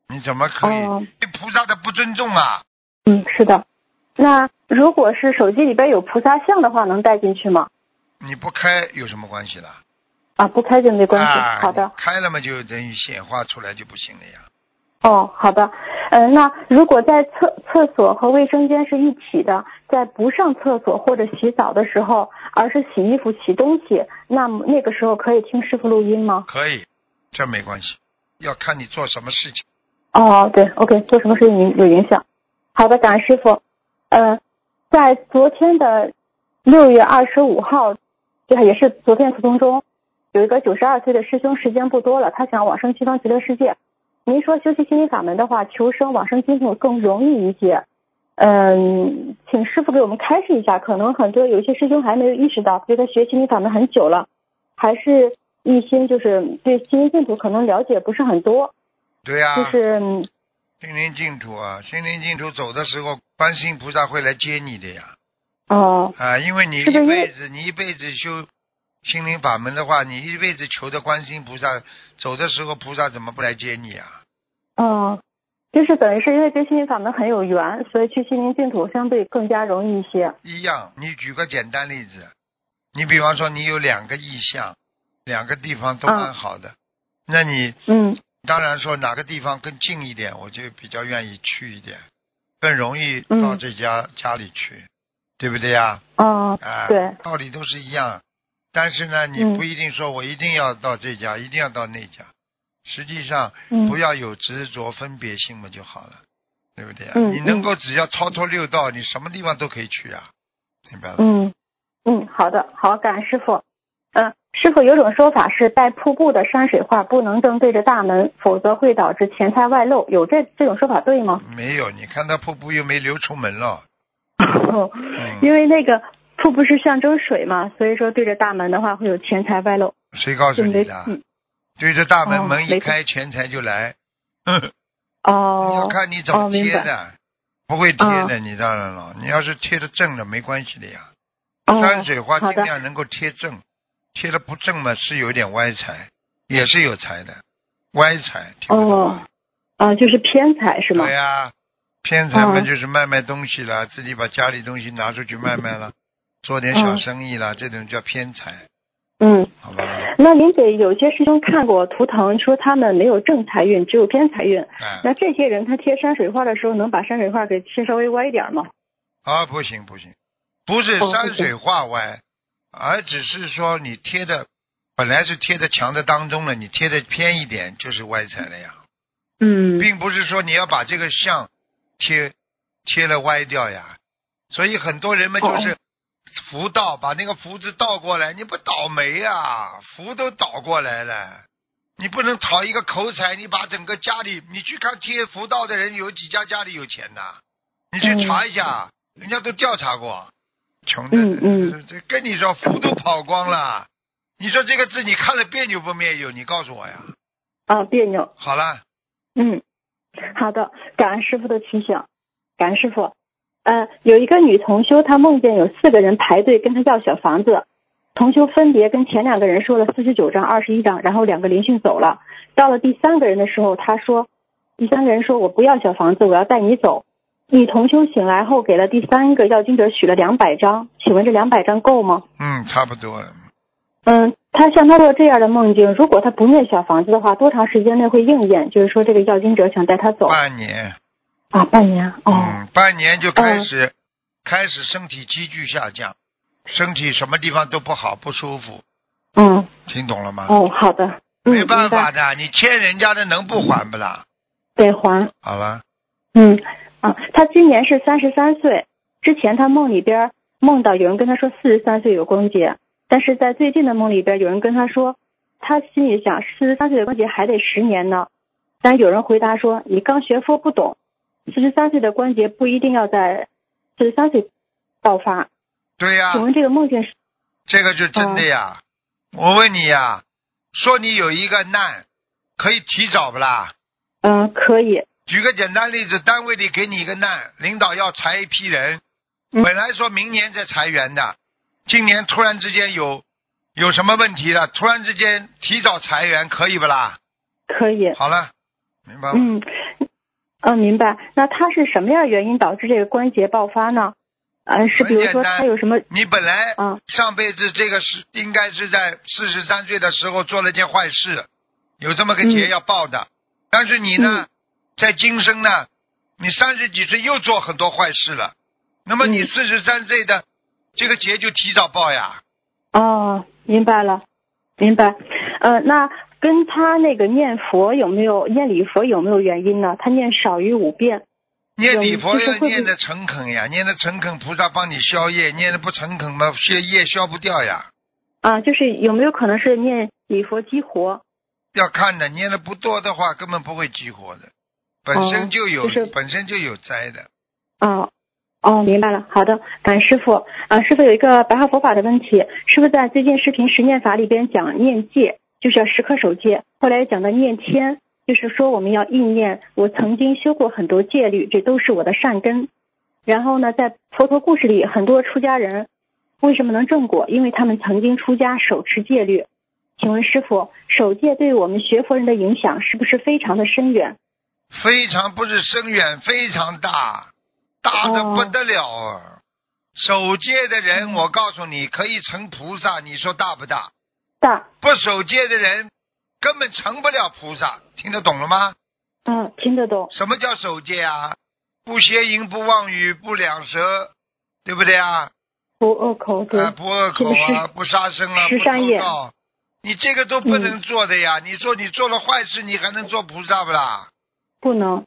你怎么可以对菩萨的不尊重啊？ 是的。那如果是手机里边有菩萨像的话，能带进去吗？ 你不开有什么关系了？ 不开就没关系。好的。 开了嘛，就等于显化出来就不行了呀。 好的。那如果在厕所和卫生间是一起的，在不上厕所或者洗澡的时候，而是洗衣服、洗东西，那个时候可以听师傅录音吗？ 可以，这没关系，要看你做什么事情。 对 ，OK， 做什么事情有影响。好的，感恩师傅。在昨天的6月25号，也是昨天图腾中，有一个92岁的师兄，时间不多了，他想往生西方极乐世界。您说修习心灵法门的话，求生往生净土更容易一些。请师傅给我们开示一下，可能很多有一些师兄还没有意识到，觉得学心灵法门很久了，还是一心就是对心灵净土可能了解不是很多。 对呀， 就是心灵净土啊，心灵净土走的时候，观世音菩萨会来接你的呀。因为你一辈子修心灵法门的话，你一辈子求的观世音菩萨，走的时候菩萨怎么不来接你啊？ 就是等于是因为对心灵法门很有缘，所以去心灵净土相对更加容易一些。 一样，你举个简单例子，你比方说你有2个意象，2个地方都蛮好的，那你当然说哪个地方更近一点，我就比较愿意去一点，更容易到这家里去，对不对呀？ 对， 道理都是一样，但是呢，你不一定说我一定要到这家，一定要到那家，实际上不要有执着分别心嘛就好了，对不对呀？你能够只要超脱6道，你什么地方都可以去啊，明白了？ 好的，好，感恩师傅。师傅，有种说法是带瀑布的山水画不能正对着大门，否则会导致钱财外漏，有这种说法对吗？ 没有，你看到瀑布又没流出门了。 因为那个瀑布是象征水嘛，所以说对着大门的话会有钱财外漏。 谁告诉你的？对着大门，门一开，钱财就来。你要看你怎么贴的，不会贴的，你当然了。你要是贴的正的，没关系的呀。山水画尽量能够贴正，贴的不正嘛是有点歪财，也是有财的，歪财听不懂啊？ 就是偏财是吗？ 对呀，偏财嘛就是卖东西了，自己把家里东西拿出去卖了，做点小生意了，这种叫偏财。好吧。 那您给有些师兄看过图腾，说他们没有正财运，只有偏财运。那这些人他贴山水画的时候，能把山水画给贴稍微歪一点吗？ 不行，不是山水画歪，而只是说你贴的本来是贴的墙的当中了，你贴的偏一点就是歪财了呀。并不是说你要把这个像贴了歪掉呀。所以很多人们就是福倒，把那个福字倒过来，你不倒霉啊，福都倒过来了。你不能讨一个口彩，你把整个家里，你去看贴福倒的人有几家家里有钱的，你去查一下，人家都调查过，穷的跟你说福都跑光了，你说这个字你看了别扭不别扭？你告诉我呀。 别扭。 好了。 好的，感恩师傅的提醒。感恩师傅。有一个女同修，她梦见有4个人排队跟她要小房子，同修分别跟前2个人说了49张、21张，然后2个灵性走了。到了第3个人的时候，第3个人说我不要小房子，我要带你走。女同修醒来后给了第3个要经者许了200张，请问这200张够吗？ 差不多了。 他像他做这样的梦境，如果他不念小房子的话，多长时间内会应验？就是说这个要经者想带他走。 半年。 半年。 半年就开始身体急剧下降，身体什么地方都不好，不舒服。听懂了吗？ 好的。 没办法的，你欠人家的能不还不啦？ 得还。 好了。 他今年是33岁，之前他梦里边梦到有人跟他说43岁有光劫，但是在最近的梦里边有人跟他说，他心里想43岁的光劫还得10年呢，但有人回答说你刚学佛不懂，43岁的关节不一定要在43岁爆发。 对呀。 请问这个梦境是？ 这个就真的呀。我问你呀，说你有一个难，可以提早不啦？ 可以。 举个简单例子，单位里给你一个难，领导要裁一批人，本来说明年再裁员的，今年突然之间有什么问题了，突然之间提早裁员，可以不啦？ 可以。 好了，明白了。 明白。那他是什么样的原因导致这个关节爆发呢？是比如说他有什么？ 你本来上辈子这个是应该是在43岁的时候做了件坏事，有这么个劫要报的。但是你呢，在今生呢，你30几岁又做很多坏事了，那么你43岁的这个劫就提早报呀。 哦，明白了，明白。那跟他那个念佛有没有念礼佛有没有原因呢？他念少于5遍。 念礼佛要念的诚恳呀，念的诚恳，菩萨帮你消业；念的不诚恳嘛，业消不掉呀。 就是有没有可能是念礼佛激活？ 要看的，念的不多的话，根本不会激活的，本身就有灾的。 明白了。好的，感恩师傅。师傅有一个白话佛法的问题，师傅在最近视频十念法里边讲念戒，就是要时刻守戒，后来讲到念天，就是说我们要意念我曾经修过很多戒律，这都是我的善根。然后呢，在佛陀故事里，很多出家人为什么能正果？因为他们曾经出家手持戒律。请问师傅，守戒对我们学佛人的影响是不是非常的深远？ 非常，不是深远，非常大，大的不得了啊！守戒的人，我告诉你，可以成菩萨，你说大不大？ 大。 不守戒的人根本成不了菩萨，听得懂了吗？ 听得懂。 什么叫守戒啊？不邪淫，不妄语，不两舌，对不对啊？ 不恶口，对。 不恶口啊，不杀生啊，不偷盗，你这个都不能做的呀！你说你做了坏事，你还能做菩萨不啦？ 不能。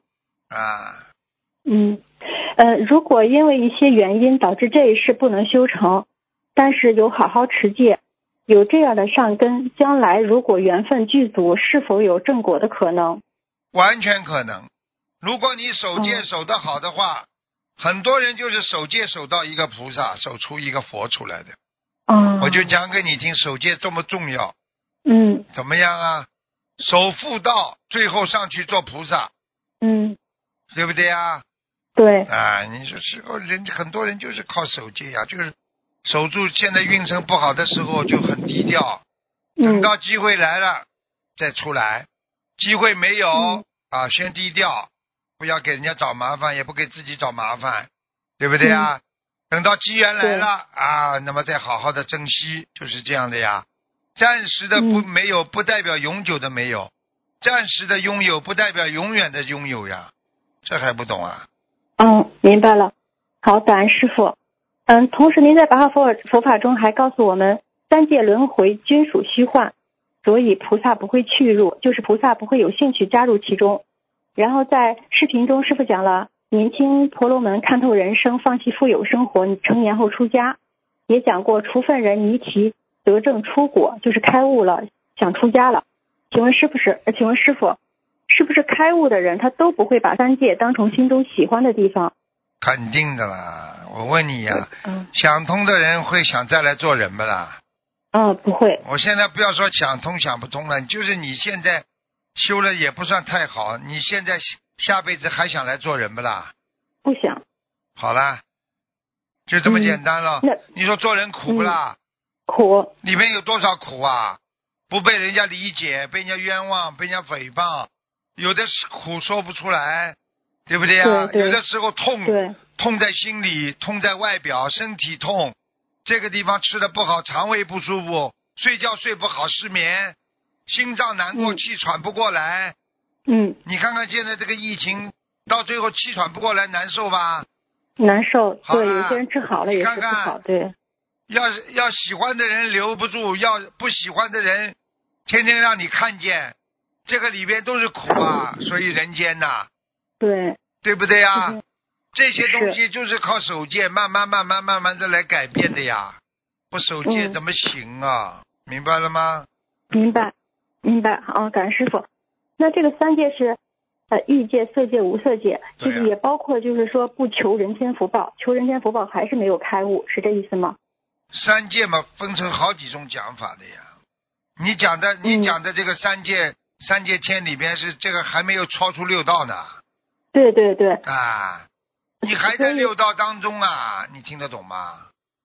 如果因为一些原因导致这一世不能修成，但是有好好持戒，有这样的善根，将来如果缘分具足，是否有正果的可能？ 完全可能。如果你守戒守得好的话，很多人就是守戒守到一个菩萨，守出一个佛出来的。我就讲给你听，守戒这么重要。怎么样啊？守妇道，最后上去做菩萨。对不对啊？ 对。 你说是很多人就是靠守戒呀，就是守住。现在运程不好的时候就很低调，等到机会来了再出来。机会没有先低调，不要给人家找麻烦，也不给自己找麻烦，对不对啊？等到机缘来了那么再好好的珍惜，就是这样的呀。暂时的没有不代表永久的没有，暂时的拥有不代表永远的拥有呀，这还不懂啊？ 明白了。好，感恩师父。同时您在白话佛法中还告诉我们，三界轮回均属虚幻，所以菩萨不会去入，就是菩萨不会有兴趣加入其中。然后在视频中师父讲了年轻婆罗门看透人生，放弃富有生活，成年后出家，也讲过除愤人尼提得证出果，就是开悟了，想出家了。请问师父，是不是开悟的人他都不会把三界当成心中喜欢的地方？ 肯定的啦，我问你呀，想通的人会想再来做人不啦？ 不会。 我现在不要说想通想不通了，就是你现在修了也不算太好，你现在下辈子还想来做人不啦？ 不想。 好啦，就这么简单了。你说做人苦不啦？ 苦。 里面有多少苦啊？不被人家理解，被人家冤枉，被人家诽谤，有的苦说不出来，对不对啊？有的时候痛在心里，痛在外表，身体痛，这个地方吃的不好，肠胃不舒服，睡觉睡不好，失眠，心脏难过，气喘不过来。你看看现在这个疫情，到最后气喘不过来，难受吧？ 难受。对，有些人治好了也是不好。对。 要喜欢的人留不住，要不喜欢的人天天让你看见，这个里边都是苦啊，所以人间呐。对不对啊？这些东西就是靠守戒，慢慢的来改变的呀。不守戒怎么行啊？明白了吗？ 明白。感恩师父。那这个三界是欲界、色界、无色界，其实也包括就是说不求人间福报，求人间福报还是没有开悟，是这意思吗？ 三界嘛，分成好几种讲法的呀。你讲的这个三界天里边是这个还没有超出六道呢。 对。 你还在六道当中啊，你听得懂吗？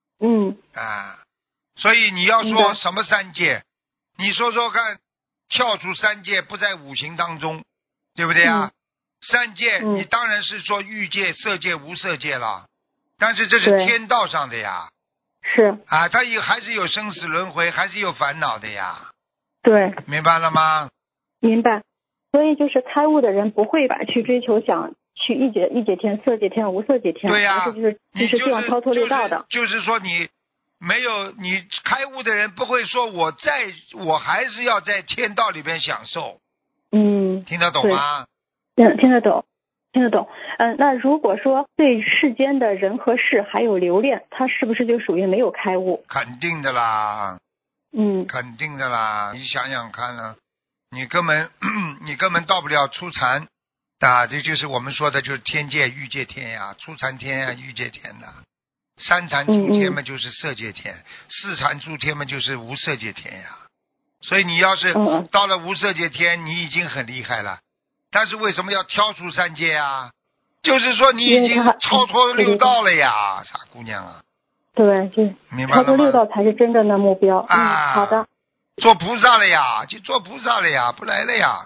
所以你要说什么三界，你说说看，跳出三界不在五行当中，对不对啊？ 三界你当然是说欲界、色界、无色界了，但是这是天道上的呀。 是啊，他还是有生死轮回，还是有烦恼的呀。 对， 明白了吗？ 明白。所以就是开悟的人不会吧去追求想去欲界天、色界天、无色界天， 对呀， 而是就是希望超脱六道的。 就是说你没有你开悟的人不会说我还是要在天道里边享受。听得懂吗？ 听得懂。那如果说对世间的人和事还有留恋，他是不是就属于没有开悟？ 肯定的啦。肯定的啦。你想想看呢，你根本到不了初禅啊，这就是我们说的就是天界欲界天呀，初禅天呀，欲界天呐。三禅诸天嘛就是色界天，四禅诸天嘛就是无色界天呀。所以你要是到了无色界天，你已经很厉害了。但是为什么要挑出三界啊？就是说你已经超脱六道了呀，傻姑娘啊。 对，就超脱六道才是真正的目标。好的。 做菩萨了呀，就做菩萨了呀，不来了呀。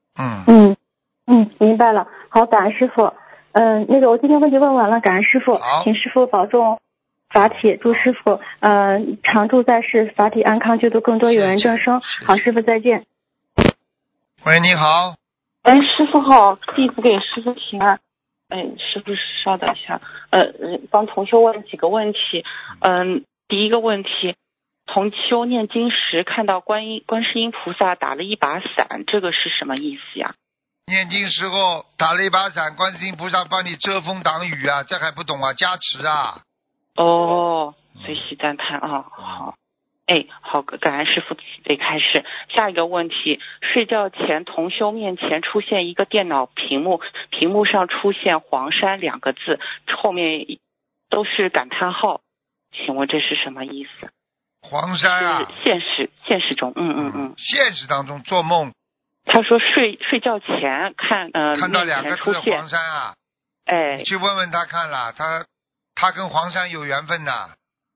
明白了。好，感恩师傅。那个我今天问题问完了，感恩师傅，请师傅保重法体，祝师傅常驻在世，法体安康，救度更多有缘众生。好，师傅再见。 喂，你好。 哎，师傅好，弟子给师傅请安。师傅稍等一下，帮同修问几个问题。第一个问题，同修念经时看到观世音菩萨打了一把伞，这个是什么意思呀？ 念经时候打了一把伞，观世音菩萨帮你遮风挡雨啊，这还不懂啊？加持啊。 随喜赞叹啊，好。好，感恩师父慈悲开示。下一个问题，睡觉前同修面前出现一个电脑屏幕，屏幕上出现黄山2个字，后面都是感叹号，请问这是什么意思？ 黄山啊， 现实中， 现实当中做梦。 他说睡觉前看到2个字黄山啊，你去问问他看了，他跟黄山有缘分呐。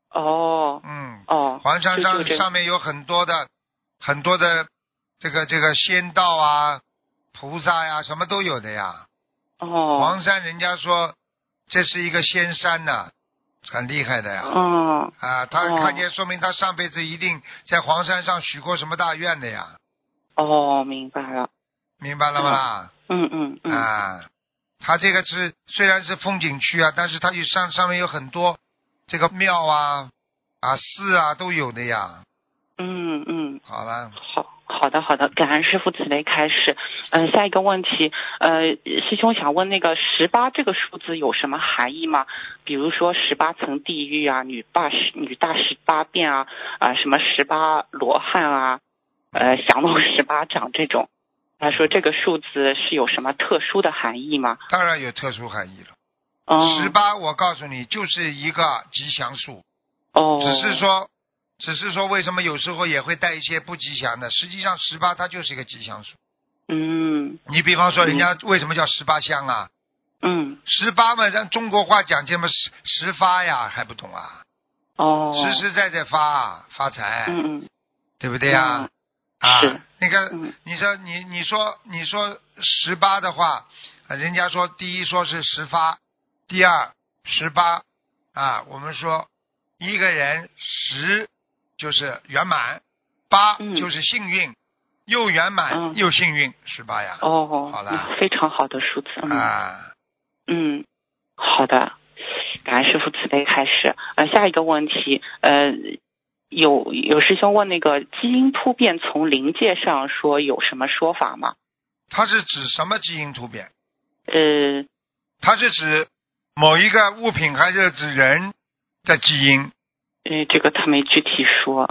黄山上面有很多的这个仙道啊、菩萨呀，什么都有的呀。黄山人家说这是一个仙山呐，很厉害的呀。他看见说明他上辈子一定在黄山上许过什么大愿的呀。 明白了。 明白了吗啦？他这个虽然是风景区啊，但是它上面有很多这个庙啊、寺啊都有的呀。好了。 好的，感恩师父慈悲开示。下一个问题，师兄想问那个18这个数字有什么含义吗？比如说18层地狱啊，女大18变啊，什么18罗汉啊，降龙18掌这种。他说这个数字是有什么特殊的含义吗？ 当然有特殊含义了。18我告诉你就是一个吉祥数。只是说为什么有时候也会带一些不吉祥的，实际上18它就是一个吉祥数。你比方说人家为什么叫18香啊？18嘛，让中国话讲这么十发呀，还不懂啊？实实在在发财，对不对呀？那个你说18的话，人家说第一说是10发，第二18我们说一个人10就是圆满，8就是幸运，又圆满又幸运，18呀。好了， 非常好的数字。好的，感恩师父慈悲开示。下一个问题，有师兄问那个基因突变从灵界上说有什么说法吗？ 它是指什么基因突变？ 它是指某一个物品还是指人的基因？ 这个他没具体说。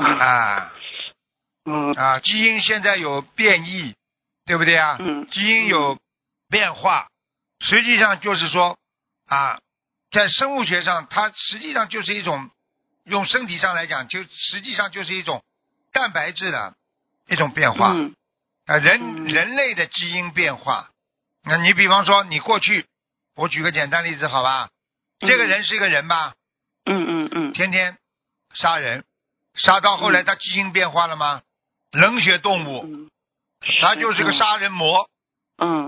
基因现在有变异，对不对啊？基因有变化，实际上就是说在生物学上，它实际上就是一种，用身体上来讲，就实际上就是一种蛋白质的一种变化。人类的基因变化。那你比方说，你过去，我举个简单例子，好吧？这个人是一个人吧？天天杀人，杀到后来他基因变化了吗？冷血动物，他就是个杀人魔。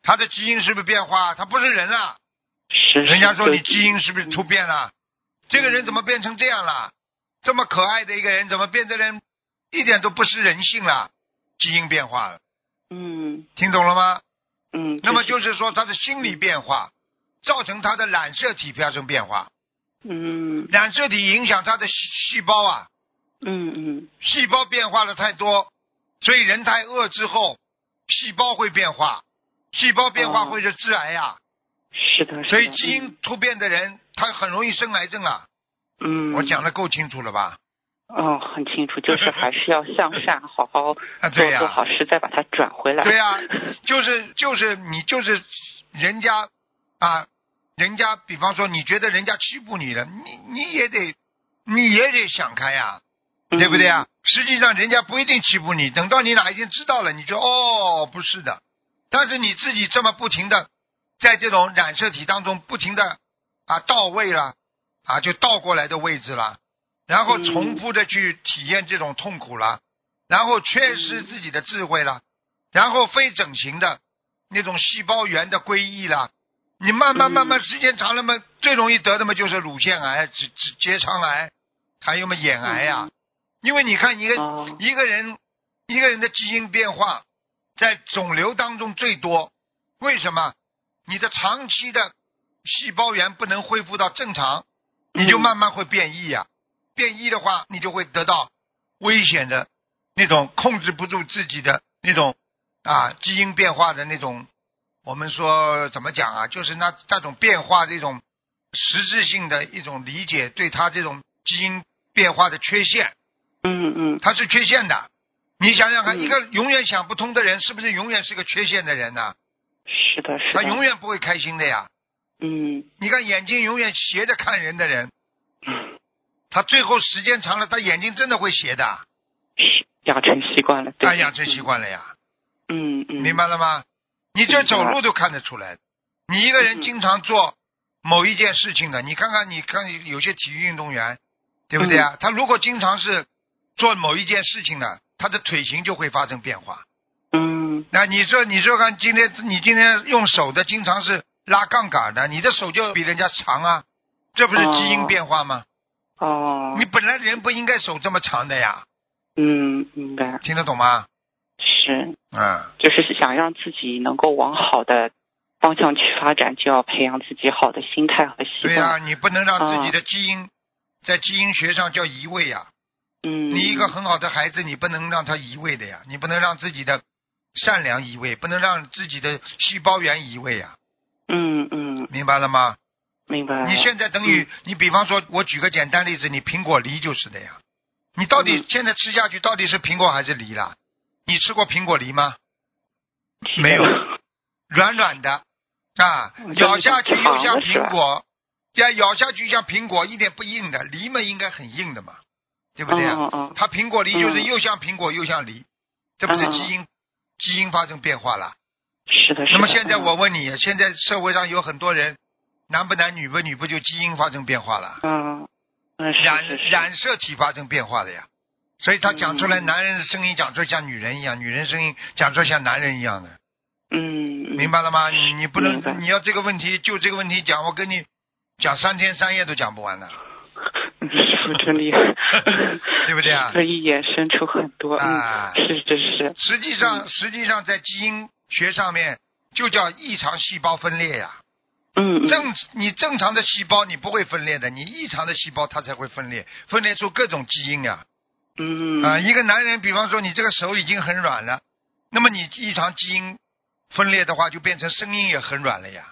他的基因是不是变化？他不是人啊。 是。 人家说你基因是不是突变了？这个人怎么变成这样了？这么可爱的一个人，怎么变成人一点都不是人性了？基因变化了。听懂了吗？那么就是说他的心理变化，造成他的染色体发生变化。染色体影响他的细胞啊。细胞变化的太多，所以人太饿之后，细胞会变化，细胞变化会是致癌呀。 是的。 所以基因突变的人，他很容易生癌症啊。我讲的够清楚了吧？ 很清楚，就是还是要向善，好好做好事，再把它转回来。 对呀，就是你就是人家啊，人家比方说你觉得人家欺负你了，你也得想开呀，对不对啊？实际上人家不一定欺负你，等到你哪一天知道了，你就不是的。但是你自己这么不停的在这种染色体当中不停的倒位了就倒过来的位置了，然后重复的去体验这种痛苦了，然后缺失自己的智慧了，然后非整形的那种细胞源的归异了，你慢慢时间长了嘛，最容易得的嘛就是乳腺癌、结肠癌，还有嘛眼癌呀。因为你看一个人的基因变化在肿瘤当中最多，为什么？你的长期的细胞源不能恢复到正常，你就慢慢会变异呀。变异的话，你就会得到危险的那种控制不住自己的那种基因变化的那种，我们说怎么讲啊？就是那种变化的一种实质性的一种理解，对他这种基因变化的缺陷。他是缺陷的。你想想看，一个永远想不通的人，是不是永远是个缺陷的人呢？ 是的。 他永远不会开心的呀。你看眼睛永远斜着看人的人，他最后时间长了，他眼睛真的会斜的。 养成习惯了。 对，养成习惯了呀。明白了吗？你这走路都看得出来。你一个人经常做某一件事情的，你看有些体育运动员，对不对啊？他如果经常是做某一件事情的，他的腿型就会发生变化。那你说看，你今天用手的经常是拉杠杆的，你的手就比人家长啊，这不是基因变化吗？你本来人不应该手这么长的呀。 明白。 听得懂吗？ 是。就是想让自己能够往好的方向去发展，就要培养自己好的心态和习惯。 对呀，你不能让自己的基因在基因学上叫移位呀。你一个很好的孩子，你不能让他移位的呀，你不能让自己的善良移位，不能让自己的细胞源移位呀。明白了吗？ 明白了。 你现在等于你比方说，我举个简单例子，你苹果梨就是的呀。你到底现在吃下去到底是苹果还是梨了？你吃过苹果梨吗？没有，软软的咬下去又像苹果，咬下去像苹果，一点不硬的。梨嘛应该很硬的嘛，对不对啊？它苹果梨就是又像苹果又像梨，这不是基因发生变化了？ 是的。 那么现在我问你，现在社会上有很多人，男不男女不女不就基因发生变化了？染色体发生变化了呀。所以他讲出来，男人的声音讲出来像女人一样，女人声音讲出来像男人一样的。明白了吗？你不能，你要这个问题就这个问题讲，我跟你讲3天3夜都讲不完的。 师父真厉害， 对不对啊？ 可以衍生出很多是。 实际上在基因学上面就叫异常细胞分裂呀。你正常的细胞你不会分裂的，你异常的细胞它才会分裂出各种基因呀。一个男人，比方说你这个手已经很软了，那么你异常基因分裂的话，就变成声音也很软了呀。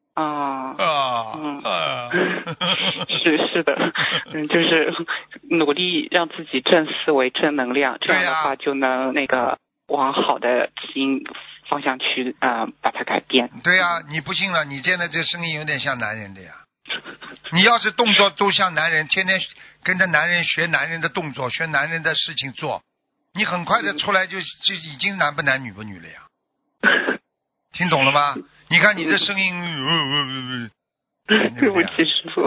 是的，就是努力让自己正思维、正能量，这样的话就能往好的基因方向去把它改变。 对呀，你不信了，你现在这声音有点像男人的呀。你要是动作都像男人，天天跟着男人学男人的动作，学男人的事情做，你很快的出来就已经男不男女不女了呀。听懂了吗？你看你这声音， 对不起师父。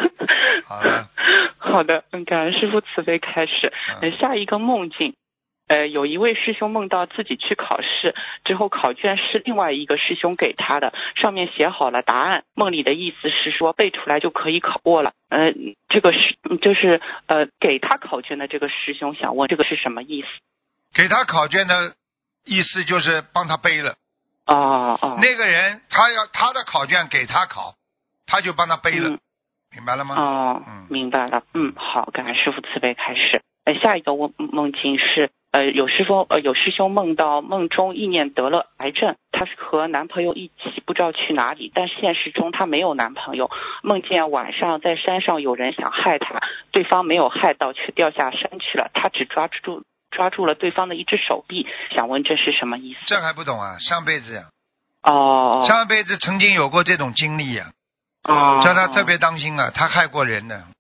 好的，感恩师父慈悲开示。下一个梦境， 有一位师兄梦到自己去考试之后，考卷是另外一个师兄给他的，上面写好了答案，梦里的意思是说背出来就可以考过了。这个是就是给他考卷的这个师兄想问这个是什么意思？ 给他考卷的意思就是帮他背了。那个人他的考卷给他考，他就帮他背了。明白了吗？ 明白了。好，感恩师父慈悲开示。下一个梦境是有师兄梦到梦中意念得了癌症，她是和男朋友一起不知道去哪里，但现实中她没有男朋友，梦见晚上在山上有人想害她，对方没有害到却掉下山去了，她只抓住了对方的一只手臂，想问这是什么意思？ 这还不懂啊？上辈子呀。 上辈子曾经有过这种经历呀。叫他特别当心啊，他害过人的。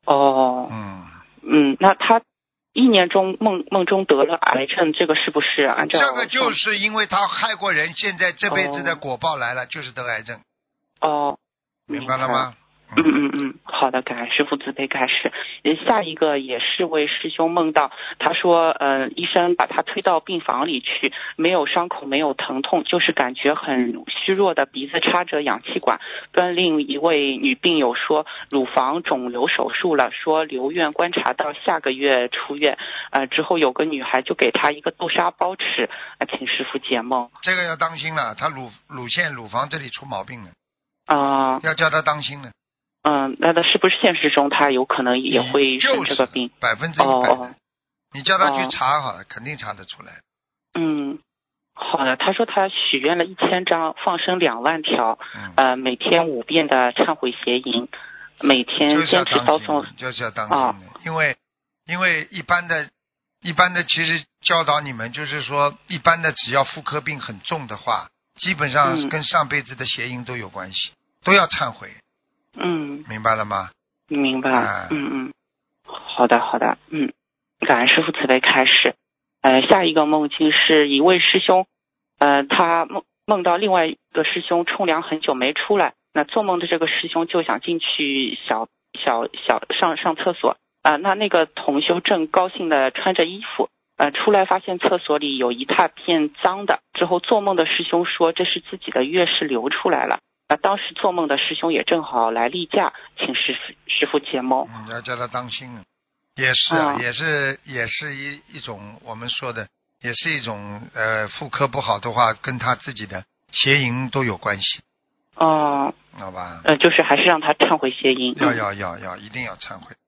那他意念中梦中得了癌症，这个是不是按照？ 这个就是因为他害过人，现在这辈子的果报来了，就是得癌症。明白了吗？ 好的，感恩师父慈悲开示。下一个也是位师兄梦到，他说医生把他推到病房里去，没有伤口没有疼痛，就是感觉很虚弱的鼻子插着氧气管，跟另一位女病友说乳房肿瘤手术了，说留院观察到下个月出院。之后有个女孩就给他一个豆沙包吃，请师父解梦。 这个要当心了，他乳房这里出毛病了。要叫他当心了。 那他是不是现实中他有可能也会生这个病 ？100%。你叫他去查好了，肯定查得出来。 好的。他说他许愿了1000张，放生2万条，每天5遍的忏悔邪淫，每天坚持烧送。 就是要当心的。因为一般的其实教导你们就是说，一般的只要妇科病很重的话，基本上跟上辈子的邪淫都有关系，都要忏悔。明白了吗？ 明白。好的。感恩师父慈悲开示。下一个梦境是一位师兄，他梦到另外一个师兄冲凉很久没出来，那做梦的这个师兄就想进去小上厕所，那个同修正高兴的穿着衣服，出来发现厕所里有一大片脏的，之后做梦的师兄说这是自己的月事流出来了。当时做梦的师兄也正好来例假，请师父解梦。 要叫他当心了。也是啊，也是一种我们说的，也是一种妇科不好的话，跟他自己的邪淫都有关系。好吧。 就是还是让他忏悔邪淫。 要一定要忏悔。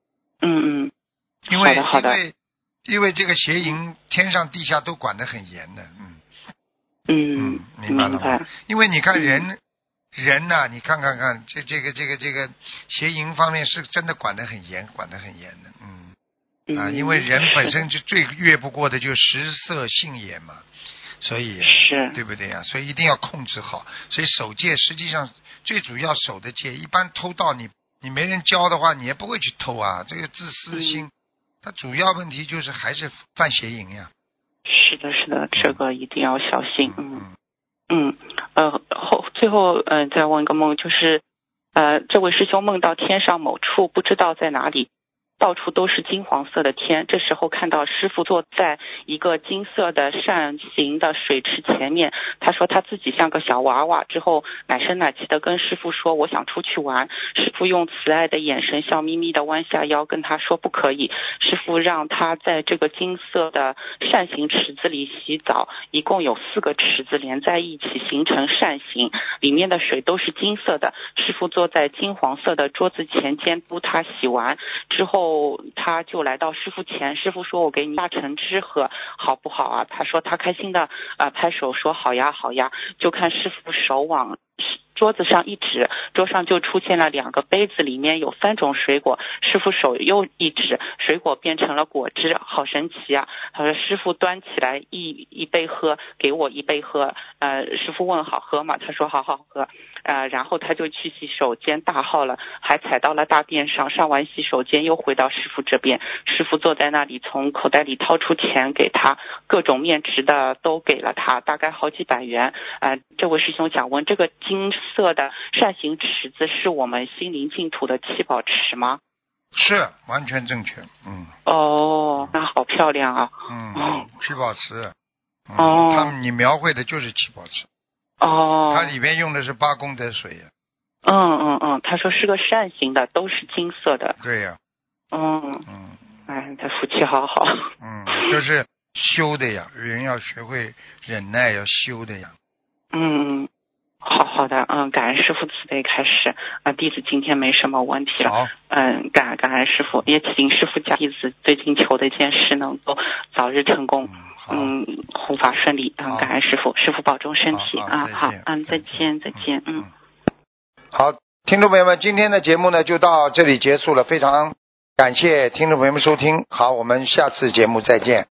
好的。 因为这个邪淫天上地下都管得很严的。明白了吗？因为你看人呐，你看这个邪淫方面是真的管得很严的。因为人本身就最越不过的就食色性也嘛，所以是对不对呀？所以一定要控制好。所以守戒实际上最主要守的戒，一般偷盗你没人教的话，你也不会去偷啊。这个自私心，它主要问题就是还是犯邪淫呀。 是的，这个一定要小心。最后再问一个梦，就是这位师兄梦到天上某处不知道在哪里，到处都是金黄色的天，这时候看到师父坐在一个金色的扇形的水池前面，他说他自己像个小娃娃，之后奶声奶气的跟师父说我想出去玩，师父用慈爱的眼神笑眯眯的弯下腰跟他说不可以，师父让他在这个金色的扇形池子里洗澡，一共有4个池子连在一起形成扇形，里面的水都是金色的，师父坐在金黄色的桌子前监督他洗完之后，他就来到师父前，师父说我给你大橙汁喝好不好啊？他说他开心的拍手说好呀，就看师父手往桌子上一指，桌上就出现了2个杯子，里面有3种水果，师父手又一指，水果变成了果汁，好神奇啊。他说师父端起来一杯喝，给我1杯喝，师父问好喝吗？他说好喝，然后他就去洗手间大号了，还踩到了大便上，上完洗手间又回到师父这边，师父坐在那里，从口袋里掏出钱给他，各种面值的都给了他，大概好几百元。这位师兄想问，这个金色的扇形池子是我们心灵净土的七宝池吗？ 是完全正确。 哦，那好漂亮啊。 七宝池。你描绘的就是七宝池。它里边用的是八功德水呀。 他说是个扇形的，都是金色的。 对呀。 他福气好好。 就是修的呀，人要学会忍耐，要修的呀。 好的，感恩师父慈悲开示，弟子今天没什么问题了。 好， 感恩师父，也请师父家弟子最近求的一件事能够早日成功，护法顺利，感恩师父，师父保重身体啊，好，再见。 好，听众朋友们，今天的节目呢就到这里结束了，非常感谢听众朋友们收听，好，我们下次节目再见。